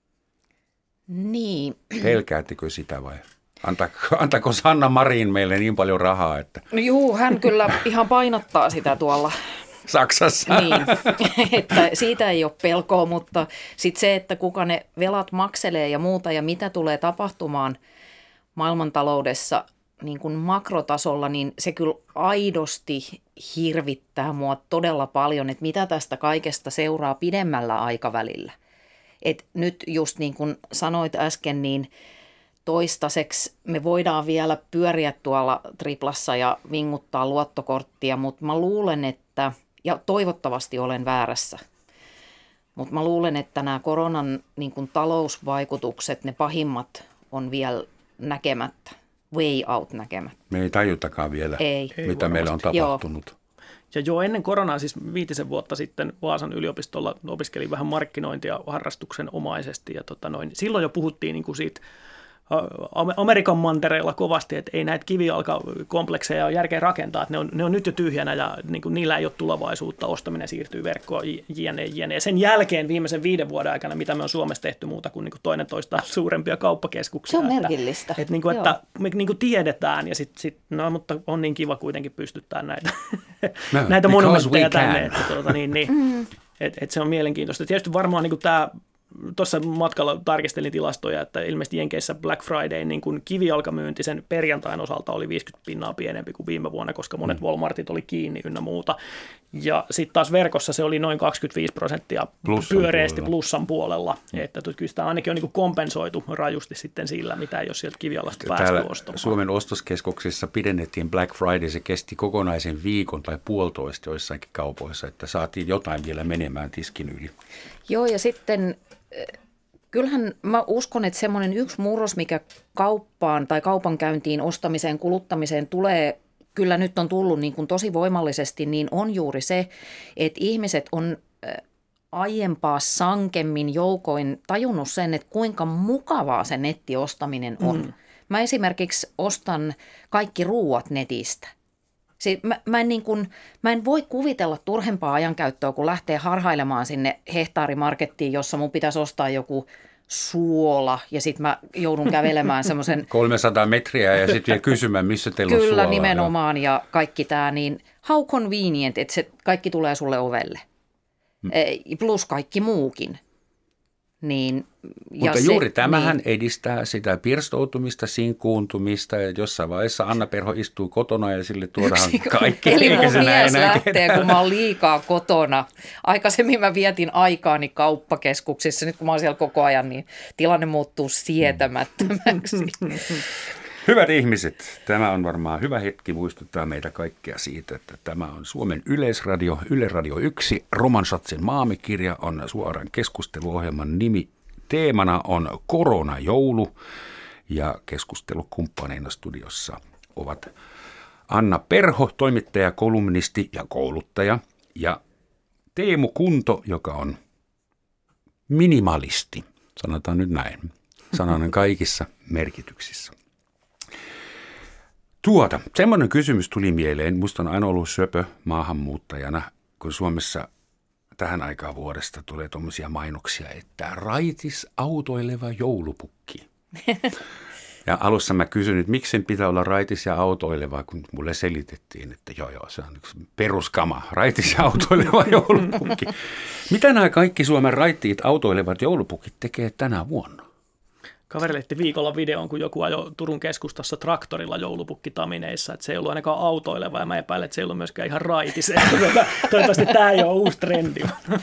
Niin. Pelkäättekö sitä vai? Antako Sanna Marin meille niin paljon rahaa, että... No juu, hän kyllä ihan painottaa sitä tuolla Saksassa. Niin, että siitä ei ole pelkoa, mutta sitten se, että kuka ne velat makselee ja muuta ja mitä tulee tapahtumaan maailmantaloudessa niin kuin makrotasolla, niin se kyllä aidosti hirvittää mua todella paljon, että mitä tästä kaikesta seuraa pidemmällä aikavälillä. Et nyt just niin kuin sanoit äsken, niin toistaiseksi me voidaan vielä pyöriä tuolla Triplassa ja vinguttaa luottokorttia, mutta mä luulen, että, ja toivottavasti olen väärässä, mutta mä luulen, että nämä koronan niin kuin talousvaikutukset, ne pahimmat on vielä näkemättä, way out näkemättä. Me ei tajutakaan vielä, mitä meillä on tapahtunut. Ja ennen koronaa, siis 5 vuotta sitten Vaasan yliopistolla opiskelin vähän markkinointia harrastuksen omaisesti. Ja silloin jo puhuttiin niin kuin siitä Amerikan mantereella kovasti, että ei näitä kivijalkakomplekseja ole järkeä rakentaa, että ne on nyt jo tyhjänä ja niin kuin niillä ei ole tulevaisuutta, ostaminen siirtyy verkkoon, jne. Ja sen jälkeen viimeisen 5 vuoden aikana, mitä me on Suomessa tehty muuta kuin, toinen toistaan suurempia kauppakeskuksia. Se on merkillistä. Että me niin kuin tiedetään ja no, mutta on niin kiva kuitenkin pystyttää näitä monumentteja tänne. Että se on mielenkiintoista. Tietysti varmaan niin kuin tuossa matkalla tarkistelin tilastoja, että ilmeisesti Jenkeissä Black Friday niin kuin kivijalkamyynti sen perjantain osalta oli 50% pienempi kuin viime vuonna, koska monet Walmartit oli kiinni ynnä muuta. Ja sitten taas verkossa se oli noin 25% pyöreästi plussan puolella. Että kyllä sitä ainakin on niin kuin kompensoitu rajusti sitten sillä, mitä ei ole sieltä kivijalasta päästy ostamaan. Suomen ostoskeskuksissa pidennettiin Black Friday, se kesti kokonaisen viikon tai puolitoista joissakin kaupoissa, että saatiin jotain vielä menemään tiskin yli. Joo, ja sitten kyllähän mä uskon, että semmoinen yksi murros, mikä kauppaan tai kaupankäyntiin, ostamiseen, kuluttamiseen tulee, kyllä nyt on tullut niin kuin tosi voimallisesti, niin on juuri se, että ihmiset on aiempaa sankemmin joukoin tajunnut sen, että kuinka mukavaa se nettiostaminen on. Mä esimerkiksi ostan kaikki ruuat netistä. Mä en voi kuvitella turhempaa ajankäyttöä, kun lähtee harhailemaan sinne hehtaarimarkettiin, jossa mun pitäisi ostaa joku suola ja sitten mä joudun kävelemään semmoisen 300 metriä ja sitten vielä kysymään, missä teillä on suolaa. Kyllä, nimenomaan ja kaikki tämä, niin how convenient, että se kaikki tulee sulle ovelle. Plus kaikki muukin. Niin, mutta juuri tämähän edistää sitä pirstoutumista, sinkuuntumista ja jossain vaiheessa Anna Perho istuu kotona ja sille tuodaan kaikki. Eli mun mies lähtee, kun mä oon liikaa kotona. Aikaisemmin mä vietin aikaani kauppakeskuksissa, nyt kun mä oon siellä koko ajan, niin tilanne muuttuu sietämättömäksi. Hyvät ihmiset, tämä on varmaan hyvä hetki muistuttaa meitä kaikkea siitä, että tämä on Suomen Yleisradio, Yle Radio 1. Roman Schatzin Maamikirja on suoran keskusteluohjelman nimi. Teemana on koronajoulu ja keskustelukumppaneina studiossa ovat Anna Perho, toimittaja, kolumnisti ja kouluttaja, ja Teemu Kunto, joka on minimalisti, sanotaan nyt näin, sananen kaikissa merkityksissä. Semmoinen kysymys tuli mieleen. Musta on aina ollut söpö maahanmuuttajana, kun Suomessa tähän aikaan vuodesta tulee tuommoisia mainoksia, että raitis autoileva joulupukki. Ja alussa mä kysyin, että miksi sen pitää olla raitis ja autoileva, kun mulle selitettiin, että joo, se on yksi peruskama, raitis ja autoileva joulupukki. Mitä nämä kaikki Suomen raittiit autoilevat joulupukit tekee tänä vuonna? Kaveri laittoi viikolla videon, kun joku ajoi Turun keskustassa traktorilla joulupukkitamineissa, että se ei ollut ainakaan autoileva ja mä epäilen, että se ei ollut myöskään ihan raitis. Toivottavasti tämä ei ole uusi trendi.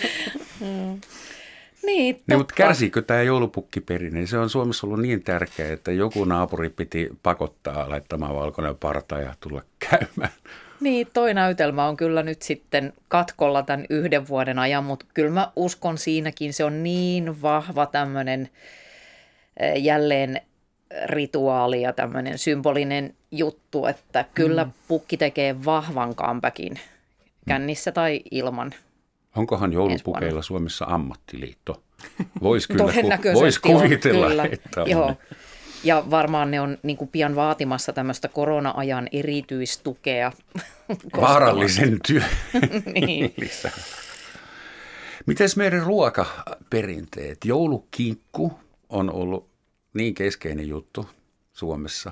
Niin, mutta kärsiikö tämä joulupukkiperinne? Se on Suomessa ollut niin tärkeä, että joku naapuri piti pakottaa laittamaan valkoinen parta ja tulla käymään. Niin, toi näytelmä on kyllä nyt sitten katkolla tämän 1 vuoden ajan, mutta kyllä mä uskon siinäkin, se on niin vahva tämmöinen jälleen rituaali ja tämmöinen symbolinen juttu, että kyllä pukki tekee vahvan comebackin kännissä tai ilman. Onkohan joulupukeilla Suomessa ammattiliitto? Voisi kuvitella, kyllä. Että on. Joo. Ja varmaan ne on niin kuin pian vaatimassa tämmöistä korona-ajan erityistukea. Vaarallisen työn niin. lisää. Mites meidän ruokaperinteet? Joulukinkku on ollut niin keskeinen juttu Suomessa.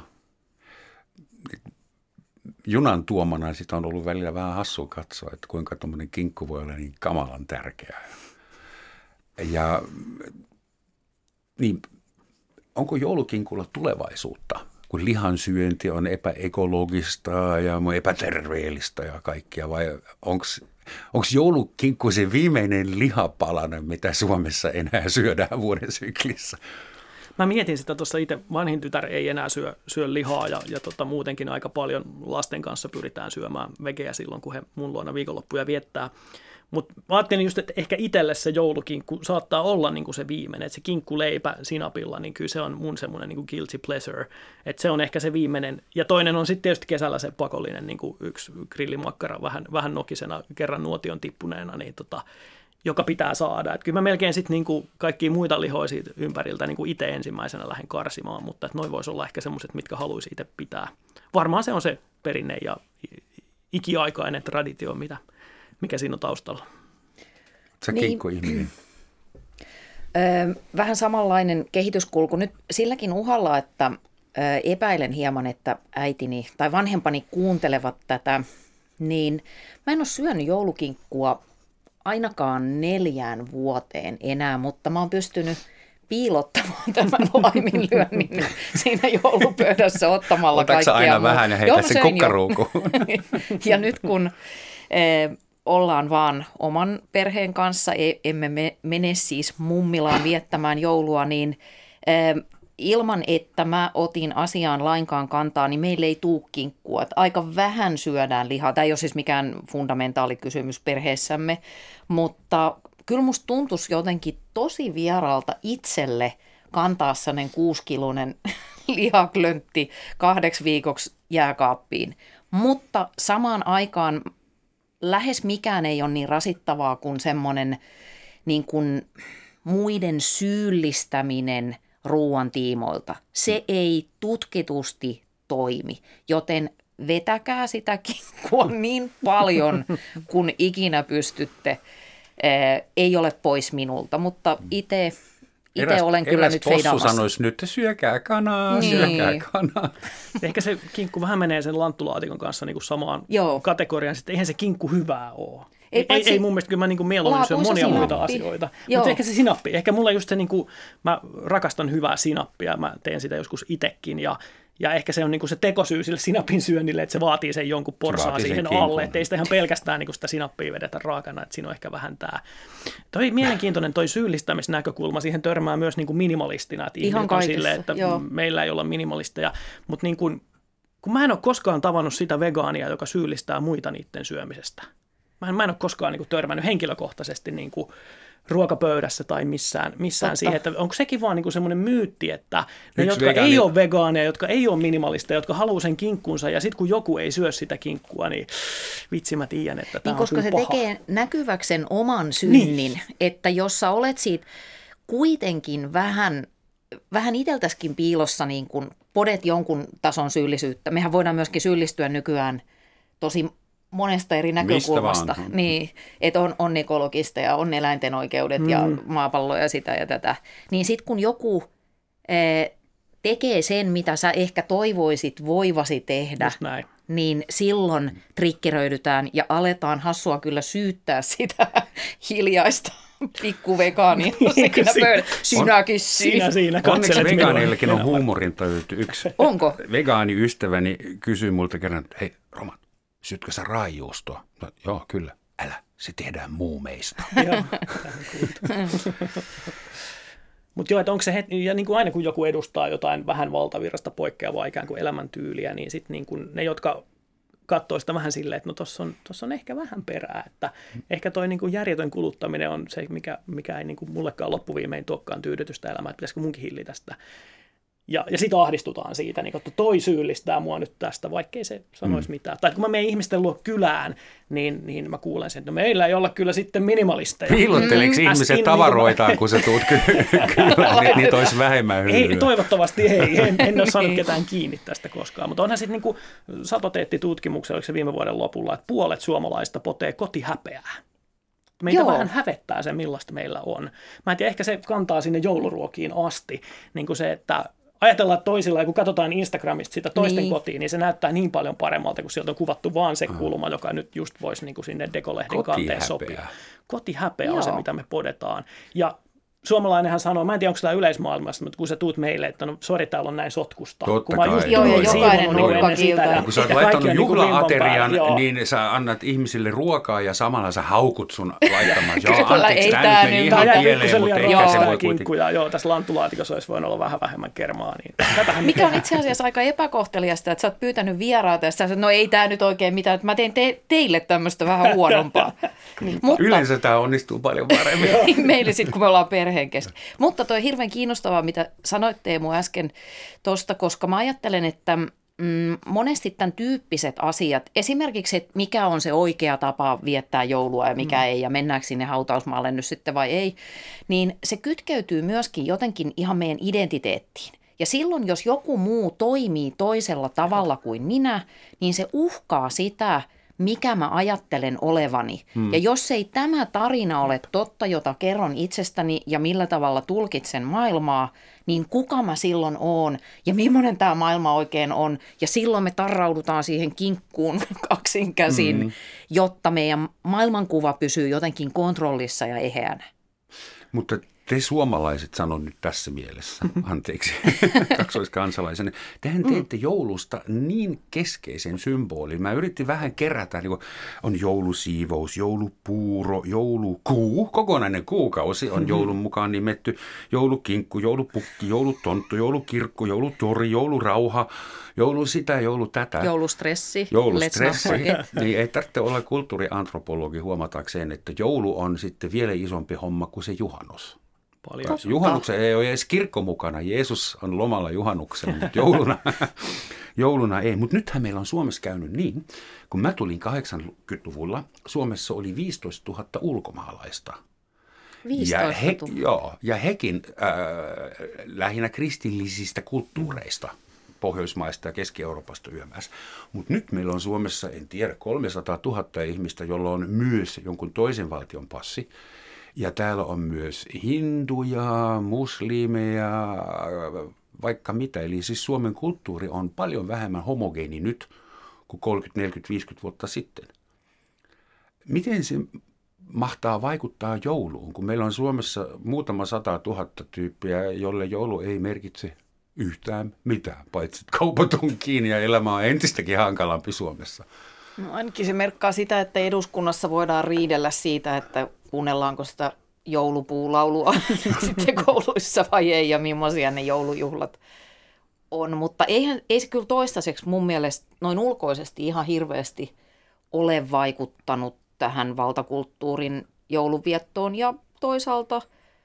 Junan tuomana sitä on ollut välillä vähän hassua katsoa, että kuinka tuommoinen kinkku voi olla niin kamalan tärkeää. Ja niin, onko joulukinkulla tulevaisuutta, kun lihansyönti on epäekologista ja epäterveellistä ja kaikkia, vai onko joulukinkku se viimeinen lihapalanen, mitä Suomessa enää syödään vuoden syklissä? Mä mietin sitä tuossa itse, vanhin tytär ei enää syö lihaa ja muutenkin aika paljon lasten kanssa pyritään syömään vegeä silloin, kun he mun luona viikonloppuja viettää. Mutta mä ajattelin just, että ehkä itselle se joulukinkku saattaa olla niin kuin se viimeinen, että se kinkkuleipä sinapilla, niin kyllä se on mun semmoinen niin kuin guilty pleasure, että se on ehkä se viimeinen. Ja toinen on sitten tietysti kesällä se pakollinen niin kuin yksi grillimakkara vähän nokisena, kerran nuotion tippuneena, niin joka pitää saada. Että kyllä mä melkein sitten niin kaikkia muita lihoja siitä ympäriltä niin itse ensimmäisenä lähden karsimaan, mutta että noin voisi olla ehkä semmoiset, mitkä haluaisi itse pitää. Varmaan se on se perinne ja ikiaikainen traditio, mikä siinä on taustalla. Sä kinkkuihminen. Vähän samanlainen kehityskulku nyt silläkin uhalla, että epäilen hieman, että äitini tai vanhempani kuuntelevat tätä, niin mä en ole syönyt joulukinkkua ainakaan 4 vuoteen enää, mutta mä oon pystynyt piilottamaan tämän laiminlyönnin siinä joulupöydässä ottamalla kaikkia. Otatko aina vähän ja heitä sen kukkaruukuun? Ja nyt kun ollaan vaan oman perheen kanssa, emme mene siis mummilaan viettämään joulua, niin ilman, että mä otin asiaan lainkaan kantaa, niin meille ei tule kinkkua. Että aika vähän syödään lihaa. Tämä ei ole siis mikään fundamentaali kysymys perheessämme, mutta kyllä musta tuntuisi jotenkin tosi vieraalta itselle kantaa sellainen 6-kiloinen lihaklöntti 2 viikoksi jääkaappiin. Mutta samaan aikaan lähes mikään ei ole niin rasittavaa kuin semmoinen niin kuin muiden syyllistäminen ruoan tiimoilta. Se ei tutkitusti toimi, joten vetäkää sitä kinkkua niin paljon kuin ikinä pystytte. Ei ole pois minulta, mutta itse olen kyllä nyt feidamassa. Eräs possu sanoisi nyt, syökää kanaa, niin. syökää kanaa. Ehkä se kinkku vähän menee sen lanttulaatikon kanssa niin kuin samaan kategoriaan. Sitten eihän se kinkku hyvää ole. Ei mun mielestä, kyllä mä niin mieluummin syön monia muita asioita. Mutta ehkä se sinappi. Ehkä mulla just se, niin kuin, mä rakastan hyvää sinappia. Mä teen sitä joskus itsekin ja ehkä se on niin kuin se tekosyy sille sinapin syönnille, että se vaatii sen jonkun porsaan siihen alle. Että ei sitä ihan pelkästään niin kuin sitä sinappia vedetä raakana, että siinä on ehkä vähän tämä. Toi mielenkiintoinen toi syyllistämisnäkökulma, siihen törmää myös niin kuin minimalistina. Että ihan on silleen, että meillä ei olla minimalisteja, mutta niin kuin, kun mä en ole koskaan tavannut sitä vegaania, joka syyllistää muita niiden syömisestä. Mä en ole koskaan niin kuin törmännyt henkilökohtaisesti niin kuin ruokapöydässä tai missään siihen, että onko sekin vaan niin semmoinen myytti, että ne, jotka ei ole vegaaneja, jotka ei ole minimalisteja, jotka haluaa sen kinkkunsa ja sitten kun joku ei syö sitä kinkkua, niin vitsi mä tiedän, että tämä on koska se paha. Tekee näkyväksi sen oman synnin, että jos sä olet siitä kuitenkin vähän itseltäskin piilossa, niin kun podet jonkun tason syyllisyyttä. Mehän voidaan myöskin syyllistyä nykyään tosi monesta eri näkökulmasta, niin, että on ekologista ja on eläinten oikeudet ja maapallo ja sitä ja tätä. Niin sitten kun joku tekee sen, mitä sä ehkä toivoisit voivasi tehdä, niin silloin trikkeröidytään ja aletaan hassua kyllä syyttää sitä hiljaista pikkuvegaania siinä pöydällä. Sinäkin siinä onneksi vegaanillakin on huumorintaju yksi. Onko? Vegaaniystäväni kysyi multa kerran, että hei Roman, syötkö sä raajuustoa? No, joo, kyllä. Älä, se tehdään muumeista. Mutta joo, että onko se ja niin kuin aina kun joku edustaa jotain vähän valtavirrasta poikkeavaa ikään kuin elämäntyyliä, niin sitten niin kuin ne, jotka katsoo sitä vähän silleen, että no tuossa on ehkä vähän perää, että ehkä toi niin kuin järjetön kuluttaminen on se, mikä ei niin kuin mullekaan loppuviimein tuokkaan tyydytystä elämää, että pitäisikö munkin hillitä sitä. Ja sitten ahdistutaan siitä, niin että toi syyllistää mua nyt tästä, vaikkei se sanoisi mitään. Tai kun mä menen ihmisten luo kylään, niin mä kuulen sen, että no meillä ei olla kyllä sitten minimalisteja. Piilotteleeko ihmiset tavaroitaan, kun sä tuut kylään, niin niitä olisi vähemmän hyllyä? Ei, toivottavasti ei. En ole saanut ketään kiinni tästä koskaan. Mutta onhan sitten, niin kuin Sato teetti tutkimuksen, oliko se viime vuoden lopulla, että puolet suomalaista potee kotihäpeää. Meitä vähän hävettää se, millaista meillä on. Mä en tiedä, ehkä se kantaa sinne jouluruokiin asti, niin kuin se, että ajatellaan toisilla, ja kun katsotaan Instagramista sitä toisten kotiin, niin se näyttää niin paljon paremmalta, kun sieltä on kuvattu vaan se kulma, joka nyt just voisi niin kuin sinne dekolehden kanteen sopia. Kotihäpeä on se, mitä me podetaan. Ja suomalainenhan sanoo, mä en tiedä, onko tämä yleismaailmassa, mutta kun sä tuut meille, että no sori, täällä on näin sotkusta. Totta kun mä kai. Jokainen nurkkakilta. Ja kun sä oot laittanut juhla-aterian, niin sä annat ihmisille ruokaa ja samalla sä haukut sun laittamaan. Joo, anteeksi, tämä nyt meni ihan pieleen, mutta ehkä se voi kuitenkin. Joo, tässä lanttulaatikossa olisi voinut olla vähän vähemmän kermaa. Niin mikä on itse asiassa aika epäkohteliasta, että sä oot pyytänyt vieraata ja sä sanot, no ei tämä nyt oikein mitään, että mä teen teille tämmöistä vähän huonompaa. Yleensä tämä onnistuu paljon paremmin. Meille sitten, kun me ollaan perheen kesken. Mutta toi hirveän kiinnostavaa, mitä sanoit Teemu äsken tuosta, koska mä ajattelen, että monesti tämän tyyppiset asiat, esimerkiksi, että mikä on se oikea tapa viettää joulua ja mikä ei, ja mennäänkö sinne hautausmaalle nyt sitten vai ei, niin se kytkeytyy myöskin jotenkin ihan meidän identiteettiin. Ja silloin, jos joku muu toimii toisella tavalla kuin minä, niin se uhkaa sitä, mikä mä ajattelen olevani. Ja jos ei tämä tarina ole totta, jota kerron itsestäni ja millä tavalla tulkitsen maailmaa, niin kuka mä silloin oon ja millainen tämä maailma oikein on. Ja silloin me tarraudutaan siihen kinkkuun kaksin käsin, jotta meidän maailmankuva pysyy jotenkin kontrollissa ja eheänä. Mutta te suomalaiset, sanon nyt tässä mielessä, anteeksi, kaksoiskansalaisen, tehän teette joulusta niin keskeisen symbolin. Mä yritin vähän kerätä, niin on joulusiivous, joulupuuro, joulukuu, kokonainen kuukausi on joulun mukaan nimetty, joulukinkku, joulupukki, joulutonttu, joulukirkko, joulutori, joulurauha, joulu sitä, joulu tätä. Joulustressi. Niin ei tarvitse olla kulttuuriantropologi huomatakseen, että joulu on sitten vielä isompi homma kuin se juhannus. Paljon. Juhannuksen ei ole edes kirkko mukana. Jeesus on lomalla juhannuksena, mutta jouluna ei. Mutta nythän meillä on Suomessa käynyt niin, kun mä tulin 80-luvulla, Suomessa oli 15 000 ulkomaalaista. 15 000? Ja hekin lähinnä kristillisistä kulttuureista. Pohjoismaista ja Keski-Euroopasta yömässä. Mutta nyt meillä on Suomessa, en tiedä, 300 000 ihmistä, jolla on myös jonkun toisen valtion passi. Ja täällä on myös hinduja, muslimeja, vaikka mitä. Eli siis Suomen kulttuuri on paljon vähemmän homogeeni nyt kuin 30, 40, 50 vuotta sitten. Miten se mahtaa vaikuttaa jouluun, kun meillä on Suomessa muutama 100 000 tyyppiä, jolle joulu ei merkitse yhtään mitään, paitsi kaupat on kiinni ja elämä on entistäkin hankalampi Suomessa. No ainakin se merkkaa sitä, että eduskunnassa voidaan riidellä siitä, että kuunnellaanko sitä joulupuulaulua sitten kouluissa vai ei ja millaisia ne joulujuhlat on. Mutta ei se kyllä toistaiseksi mun mielestä noin ulkoisesti ihan hirveästi ole vaikuttanut tähän valtakulttuurin jouluviettoon ja toisaalta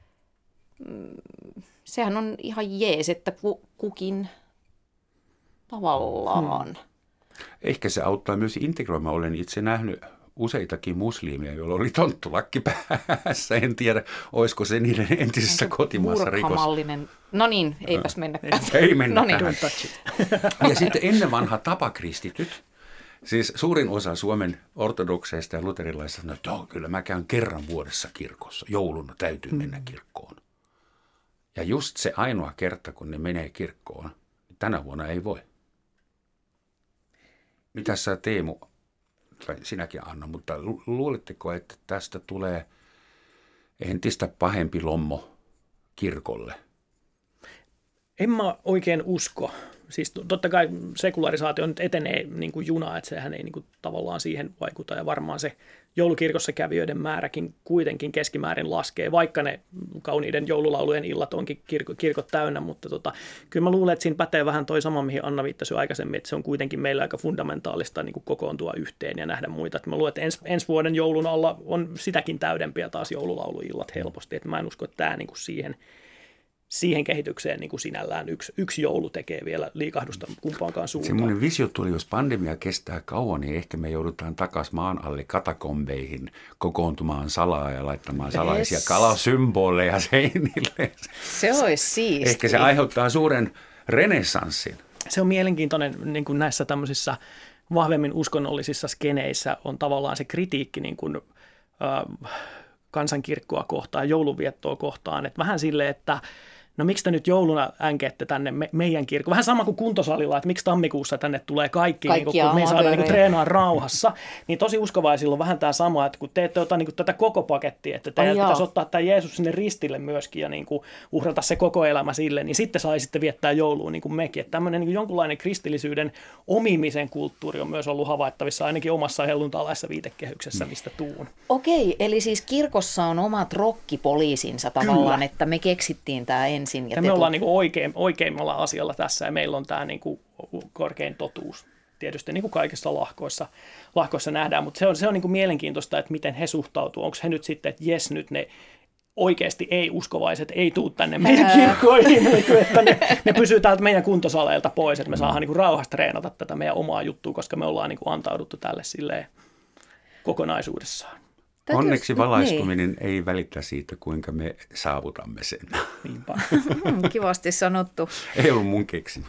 sehän on ihan jees, että kukin tavallaan. Ehkä se auttaa myös integroimaan. Olen itse nähnyt useitakin muslimia, joilla oli tonttulakki päässä. En tiedä, olisiko se niiden entisessä kotimaassa rikos. No niin, eipäs mennäkään. Ei mennä no niin. tähän. Ja sitten ennen vanha tapakristityt. Siis suurin osa Suomen ortodokseista ja luterilaisista sanoo, että kyllä mä käyn kerran vuodessa kirkossa. Jouluna täytyy mennä kirkkoon. Ja just se ainoa kerta, kun ne menee kirkkoon, niin tänä vuonna ei voi. Mitäs sä Teemu, tai sinäkin Anna, mutta luuletteko, että tästä tulee entistä pahempi lommo kirkolle? En mä oikein usko. Siis totta kai sekularisaatio nyt etenee niin kuin juna, että sehän ei niin kuin tavallaan siihen vaikuta. Ja varmaan se joulukirkossa kävijöiden määräkin kuitenkin keskimäärin laskee, vaikka ne kauniiden joululaulujen illat onkin kirkot täynnä. Mutta kyllä mä luulen, että siinä pätee vähän toi sama, mihin Anna viittasi jo aikaisemmin, että se on kuitenkin meillä aika fundamentaalista niin kuin kokoontua yhteen ja nähdä muita. Että mä luulen, että ensi vuoden joulun alla on sitäkin täydempiä taas joululauluillat helposti. Että mä en usko, että tämä niin kuin siihen kehitykseen niin kuin sinällään yksi joulu tekee vielä liikahdusta kumpaankaan suuntaan. Semmoinen visio tuli, jos pandemia kestää kauan, niin ehkä me joudutaan takaisin maan alle katakombeihin kokoontumaan salaa ja laittamaan salaisia kalasymboleja seinille. Se olisi siistiä. Ehkä se aiheuttaa suuren renessanssin. Se on mielenkiintoinen niin kuin näissä tämmöisissä vahvemmin uskonnollisissa skeneissä on tavallaan se kritiikki niin kuin, kansankirkkoa kohtaan, jouluviettoa kohtaan. Että vähän silleen, että no miksi te nyt jouluna änkeette tänne meidän kirkkoon? Vähän sama kuin kuntosalilla, että miksi tammikuussa tänne tulee kaikki niin kun me ei saada niin treenaa rauhassa. Niin tosi uskovaisilla on vähän tämä sama, että kun te ette ota niin tätä koko pakettia, että teidän pitäisi ottaa tämä Jeesus sinne ristille myöskin ja niin uhrata se koko elämä sille, niin sitten saisitte viettää joulua niin kuin mekin. Että tämmöinen niin jonkunlainen kristillisyyden omimisen kulttuuri on myös ollut havaittavissa ainakin omassa helluntalaisessa viitekehyksessä, mistä tuun. Okei, eli siis kirkossa on omat rokkipoliisinsa tavallaan, kyllä, että me keksittiin tämä ensin. Ja me ollaan niin oikeimmalla asialla tässä ja meillä on tämä niin kuin korkein totuus. Tietysti niin kuin kaikissa lahkoissa nähdään, mutta se on niin kuin mielenkiintoista, että miten he suhtautuu. Onko he nyt sitten, että jes, nyt ne oikeasti ei-uskovaiset ei tule tänne meidän kirkkoihin, että ne pysyy täältä meidän kuntosaleilta pois, että me saadaan niin kuin rauhassa treenata tätä meidän omaa juttua, koska me ollaan niin kuin antauduttu tälle silleen kokonaisuudessaan. Onneksi valaistuminen ei välitä siitä, kuinka me saavutamme sen. Niinpä. Kivasti sanottu. Ei ollut mun keksimä.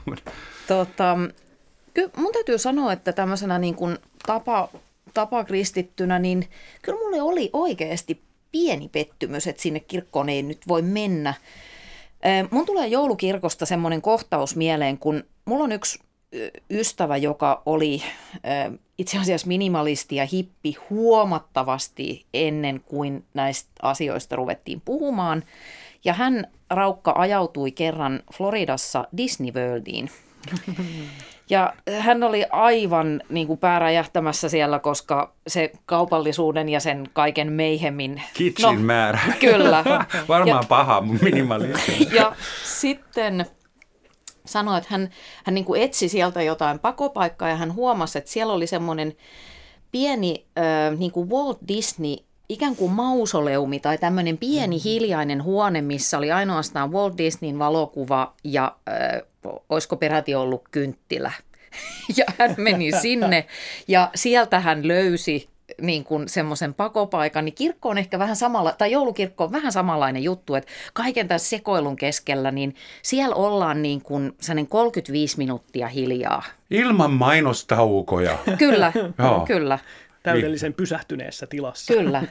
Kyllä mun täytyy sanoa, että tämmöisenä niin kuin tapakristittynä, niin kyllä mulle oli oikeasti pieni pettymys, että sinne kirkkoon ei nyt voi mennä. Mun tulee joulukirkosta semmoinen kohtaus mieleen, kun mulla on yksi ystävä, joka oli itse asiassa minimalisti ja hippi huomattavasti ennen kuin näistä asioista ruvettiin puhumaan. Ja hän, Raukka, ajautui kerran Floridassa Disney Worldiin. Ja hän oli aivan niin kuin pääräjähtämässä siellä, koska se kaupallisuuden ja sen kaiken meihemin... Kitsin määrä. Kyllä. Varmaan paha, minimalismi. Ja sitten sanoi, että hän niin kuin etsi sieltä jotain pakopaikkaa ja hän huomasi, että siellä oli semmoinen pieni niin kuin Walt Disney ikään kuin mausoleumi tai tämmöinen pieni hiljainen huone, missä oli ainoastaan Walt Disneyn valokuva ja olisiko peräti ollut kynttilä. Ja hän meni sinne ja sieltä hän löysi niin kuin semmoisen pakopaikan, niin kirkko on ehkä vähän samalla, tai joulukirkko on vähän samanlainen juttu, että kaiken tässä sekoilun keskellä, niin siellä ollaan niin kuin 35 minuuttia hiljaa. Ilman mainostaukoja. Kyllä, kyllä. Täydellisen pysähtyneessä tilassa. Kyllä.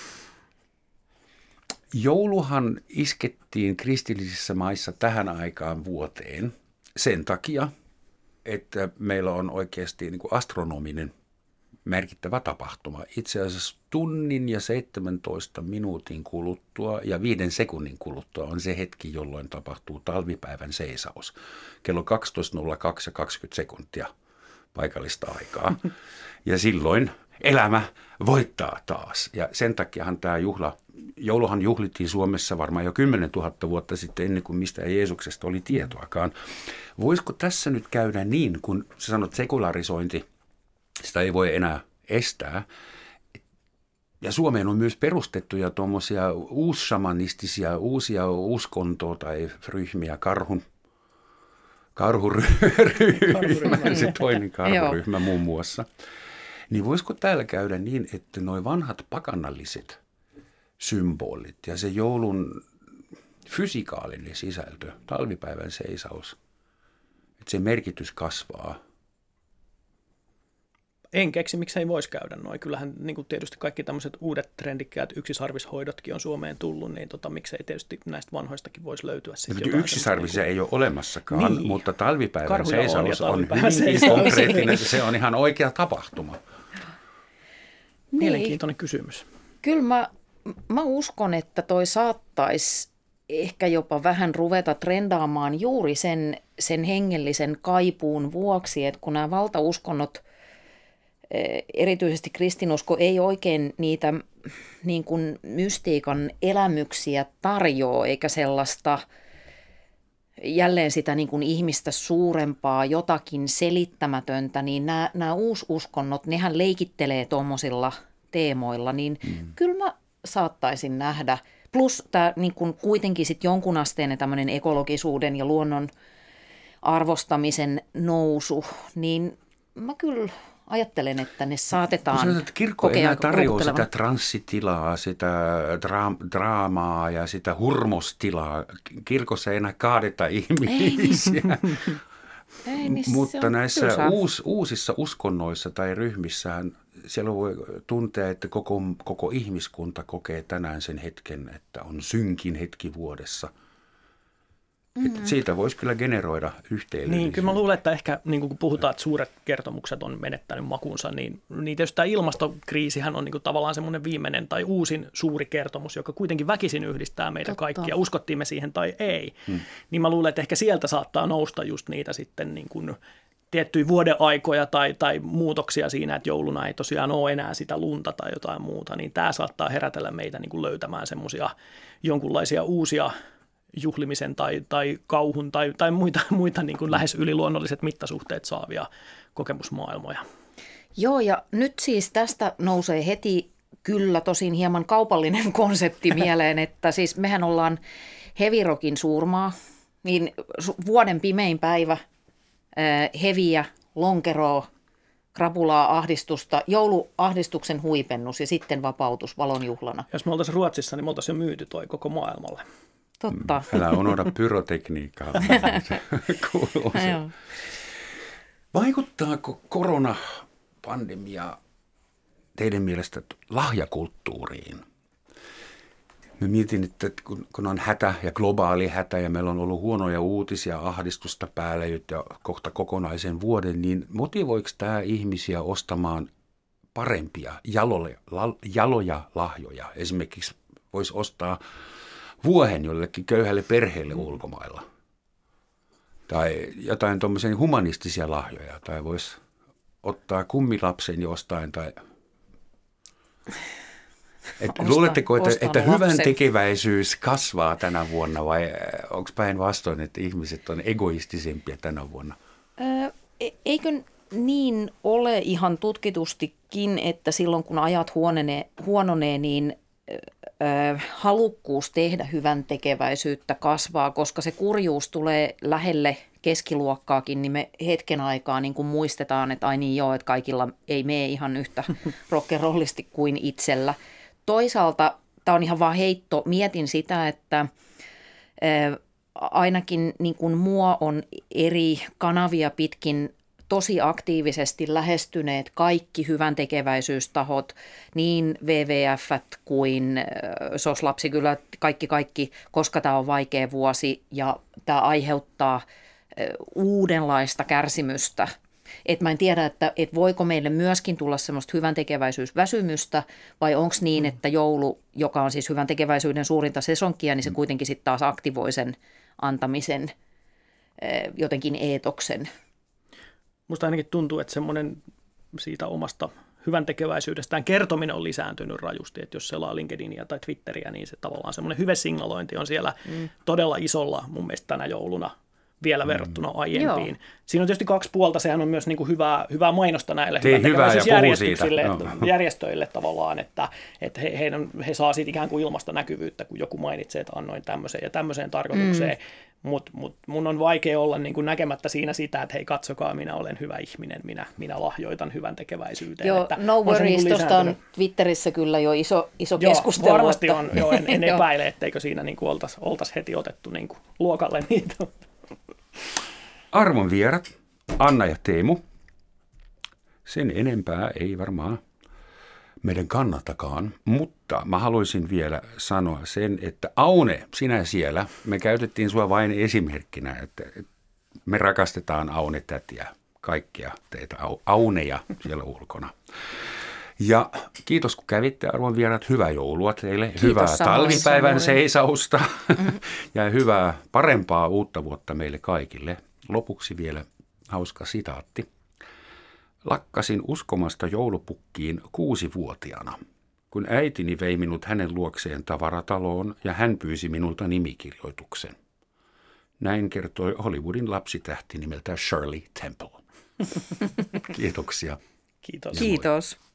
Jouluhan iskettiin kristillisissä maissa tähän aikaan vuoteen sen takia, että meillä on oikeasti niin kuin astronominen merkittävä tapahtuma. Itse asiassa tunnin ja 17 minuutin kuluttua ja 5 sekunnin kuluttua on se hetki, jolloin tapahtuu talvipäivän seisaus. Kello 12.02 ja 20 sekuntia paikallista aikaa. Ja silloin elämä voittaa taas. Ja sen takiahan tämä jouluhan juhlittiin Suomessa varmaan jo 10 000 vuotta sitten ennen kuin mistään Jeesuksesta oli tietoakaan. Voisiko tässä nyt käydä niin, kun sä sanot sekularisointi, sitä ei voi enää estää. Ja Suomeen on myös perustettuja tuommoisia uussamanistisia, uusia uskontoa tai ryhmiä, karhuryhmä, se toinen karhuryhmä muun muassa. Niin voisiko täällä käydä niin, että nuo vanhat pakanalliset symbolit ja se joulun fysikaalinen sisältö, talvipäivän seisaus, että se merkitys kasvaa? En keksi, miksi ei voisi käydä noin. Kyllähän niin kuin tietysti kaikki tämmöiset uudet trendikkäät yksisarvishoidotkin on Suomeen tullut, niin miksei tietysti näistä vanhoistakin voisi löytyä. Yksisarvisia ei ole olemassakaan, niin. Mutta talvipäivän Karhuja seisaus on hyvin konkreettinen, se on ihan oikea tapahtuma. Mielenkiintoinen kysymys. Kyllä mä uskon, että toi saattaisi ehkä jopa vähän ruveta trendaamaan juuri sen hengellisen kaipuun vuoksi, että kun nämä valtauskonnot, erityisesti kristinusko, ei oikein niitä niin kuin mystiikan elämyksiä tarjoa, eikä sellaista jälleen sitä niin kuin ihmistä suurempaa, jotakin selittämätöntä, niin nämä uususkonnot, nehän leikittelee tuommoisilla teemoilla, niin kyllä mä saattaisin nähdä. Plus tämä niin kuin kuitenkin sit jonkun asteinen tämmöinen ekologisuuden ja luonnon arvostamisen nousu, niin mä kyllä ajattelen, että ne saatetaan sanotaan, että kirkko ei enää tarjoa sitä transsitilaa, sitä draamaa ja sitä hurmostilaa. Kirkossa ei enää kaadeta ihmisiä. Ei, niin mutta näissä uusissa uskonnoissa tai ryhmissään siellä voi tuntea, että koko ihmiskunta kokee tänään sen hetken, että on synkin hetki vuodessa. Että siitä voisi kyllä generoida yhteenliittyvyyttä. Niin, kyllä mä luulen, että ehkä niin kun puhutaan, että suuret kertomukset on menettänyt makunsa, niin tietysti tämä ilmastokriisihän on niin kuin tavallaan semmoinen viimeinen tai uusin suuri kertomus, joka kuitenkin väkisin yhdistää meitä kaikkia, uskottiin me siihen tai ei. Niin mä luulen, että ehkä sieltä saattaa nousta just niitä sitten niin kuin tiettyjä vuodeaikoja tai muutoksia siinä, että jouluna ei tosiaan ole enää sitä lunta tai jotain muuta, niin tämä saattaa herätellä meitä niin kuin löytämään semmoisia jonkunlaisia uusia juhlimisen tai kauhun tai muita niin kuin lähes yliluonnolliset mittasuhteet saavia kokemusmaailmoja. Joo, ja nyt siis tästä nousee heti kyllä tosin hieman kaupallinen konsepti mieleen, että siis mehän ollaan heavy rockin suurmaa, niin vuoden pimein päivä, heviä, lonkeroa, krapulaa, ahdistusta, jouluahdistuksen huipennus ja sitten vapautus valonjuhlana. Jos me oltaisiin Ruotsissa, niin me oltaisiin jo myyty toi koko maailmalle. Totta. Älä unohda pyrotekniikkaa. Vaikuttaako koronapandemia teidän mielestä lahjakulttuuriin? Mä mietin, että kun on hätä ja globaali hätä ja meillä on ollut huonoja uutisia, ahdistusta päällä ja kohta kokonaisen vuoden, niin motivoiko tämä ihmisiä ostamaan parempia, jaloja lahjoja? Esimerkiksi voisi ostaa vuohen jollekin köyhälle perheelle ulkomailla. Tai jotain tuommoisia humanistisia lahjoja. Tai voisi ottaa kummilapsen jostain. Tai... Luuletteko, että hyvän tekeväisyys kasvaa tänä vuonna vai onko päinvastoin, että ihmiset on egoistisempia tänä vuonna? Eikö niin ole ihan tutkitustikin, että silloin kun ajat huononee, niin halukkuus tehdä hyvän tekeväisyyttä kasvaa, koska se kurjuus tulee lähelle keskiluokkaakin, niin me hetken aikaa niin kuin muistetaan, että ai niin joo, että kaikilla ei mene ihan yhtä rock'n'rollisti kuin itsellä. Toisaalta tämä on ihan vaan heitto. Mietin sitä, että ainakin niin kuin mua on eri kanavia pitkin tosi aktiivisesti lähestyneet kaikki hyväntekeväisyystahot, niin WWF kuin SOS-lapsikylät, kaikki, koska tämä on vaikea vuosi ja tämä aiheuttaa uudenlaista kärsimystä. Et mä en tiedä, että voiko meille myöskin tulla semmoista hyväntekeväisyysväsymystä vai onko niin, että joulu, joka on siis hyväntekeväisyyden suurinta sesonkia, niin se kuitenkin sitten taas aktivoi sen antamisen jotenkin eetoksen. Musta ainakin tuntuu, että semmoinen siitä omasta hyväntekeväisyydestään kertominen on lisääntynyt rajusti, että jos selaa LinkedInia tai Twitteriä, niin se tavallaan semmoinen hyvesignalointi on siellä todella isolla mun mielestä tänä jouluna vielä verrattuna aiempiin. Joo. Siinä on tietysti kaksi puolta, sehän on myös niin kuin hyvää mainosta näille järjestöille tavallaan, että he saa siitä ikään kuin ilmasta näkyvyyttä, kun joku mainitsee, että annoin tämmöiseen ja tämmöiseen tarkoitukseen, mutta mun on vaikea olla niin kuin näkemättä siinä sitä, että hei katsokaa, minä olen hyvä ihminen, minä lahjoitan hyvän tekeväisyyteen. Joo, että no worries, tuosta on Twitterissä kyllä jo iso keskustelu. Varmasti on, en epäile, etteikö siinä niin kuin oltaisi heti otettu niin kuin luokalle niitä. Arvon vierat, Anna ja Teemu. Sen enempää ei varmaan meidän kannatakaan, mutta mä haluaisin vielä sanoa sen, että Aune, sinä siellä, me käytettiin sua vain esimerkkinä, että me rakastetaan Aune-tätiä, kaikkia teitä Auneja siellä ulkona. Ja kiitos kun kävitte, arvon vierat, hyvää joulua teille, kiitos, hyvää talvipäivän seisausta ja hyvää parempaa uutta vuotta meille kaikille. Lopuksi vielä hauska sitaatti. Lakkasin uskomasta joulupukkiin 6-vuotiaana, kun äitini vei minut hänen luokseen tavarataloon ja hän pyysi minulta nimikirjoituksen. Näin kertoi Hollywoodin lapsitähti nimeltä Shirley Temple. Kiitoksia. Kiitos. Kiitos.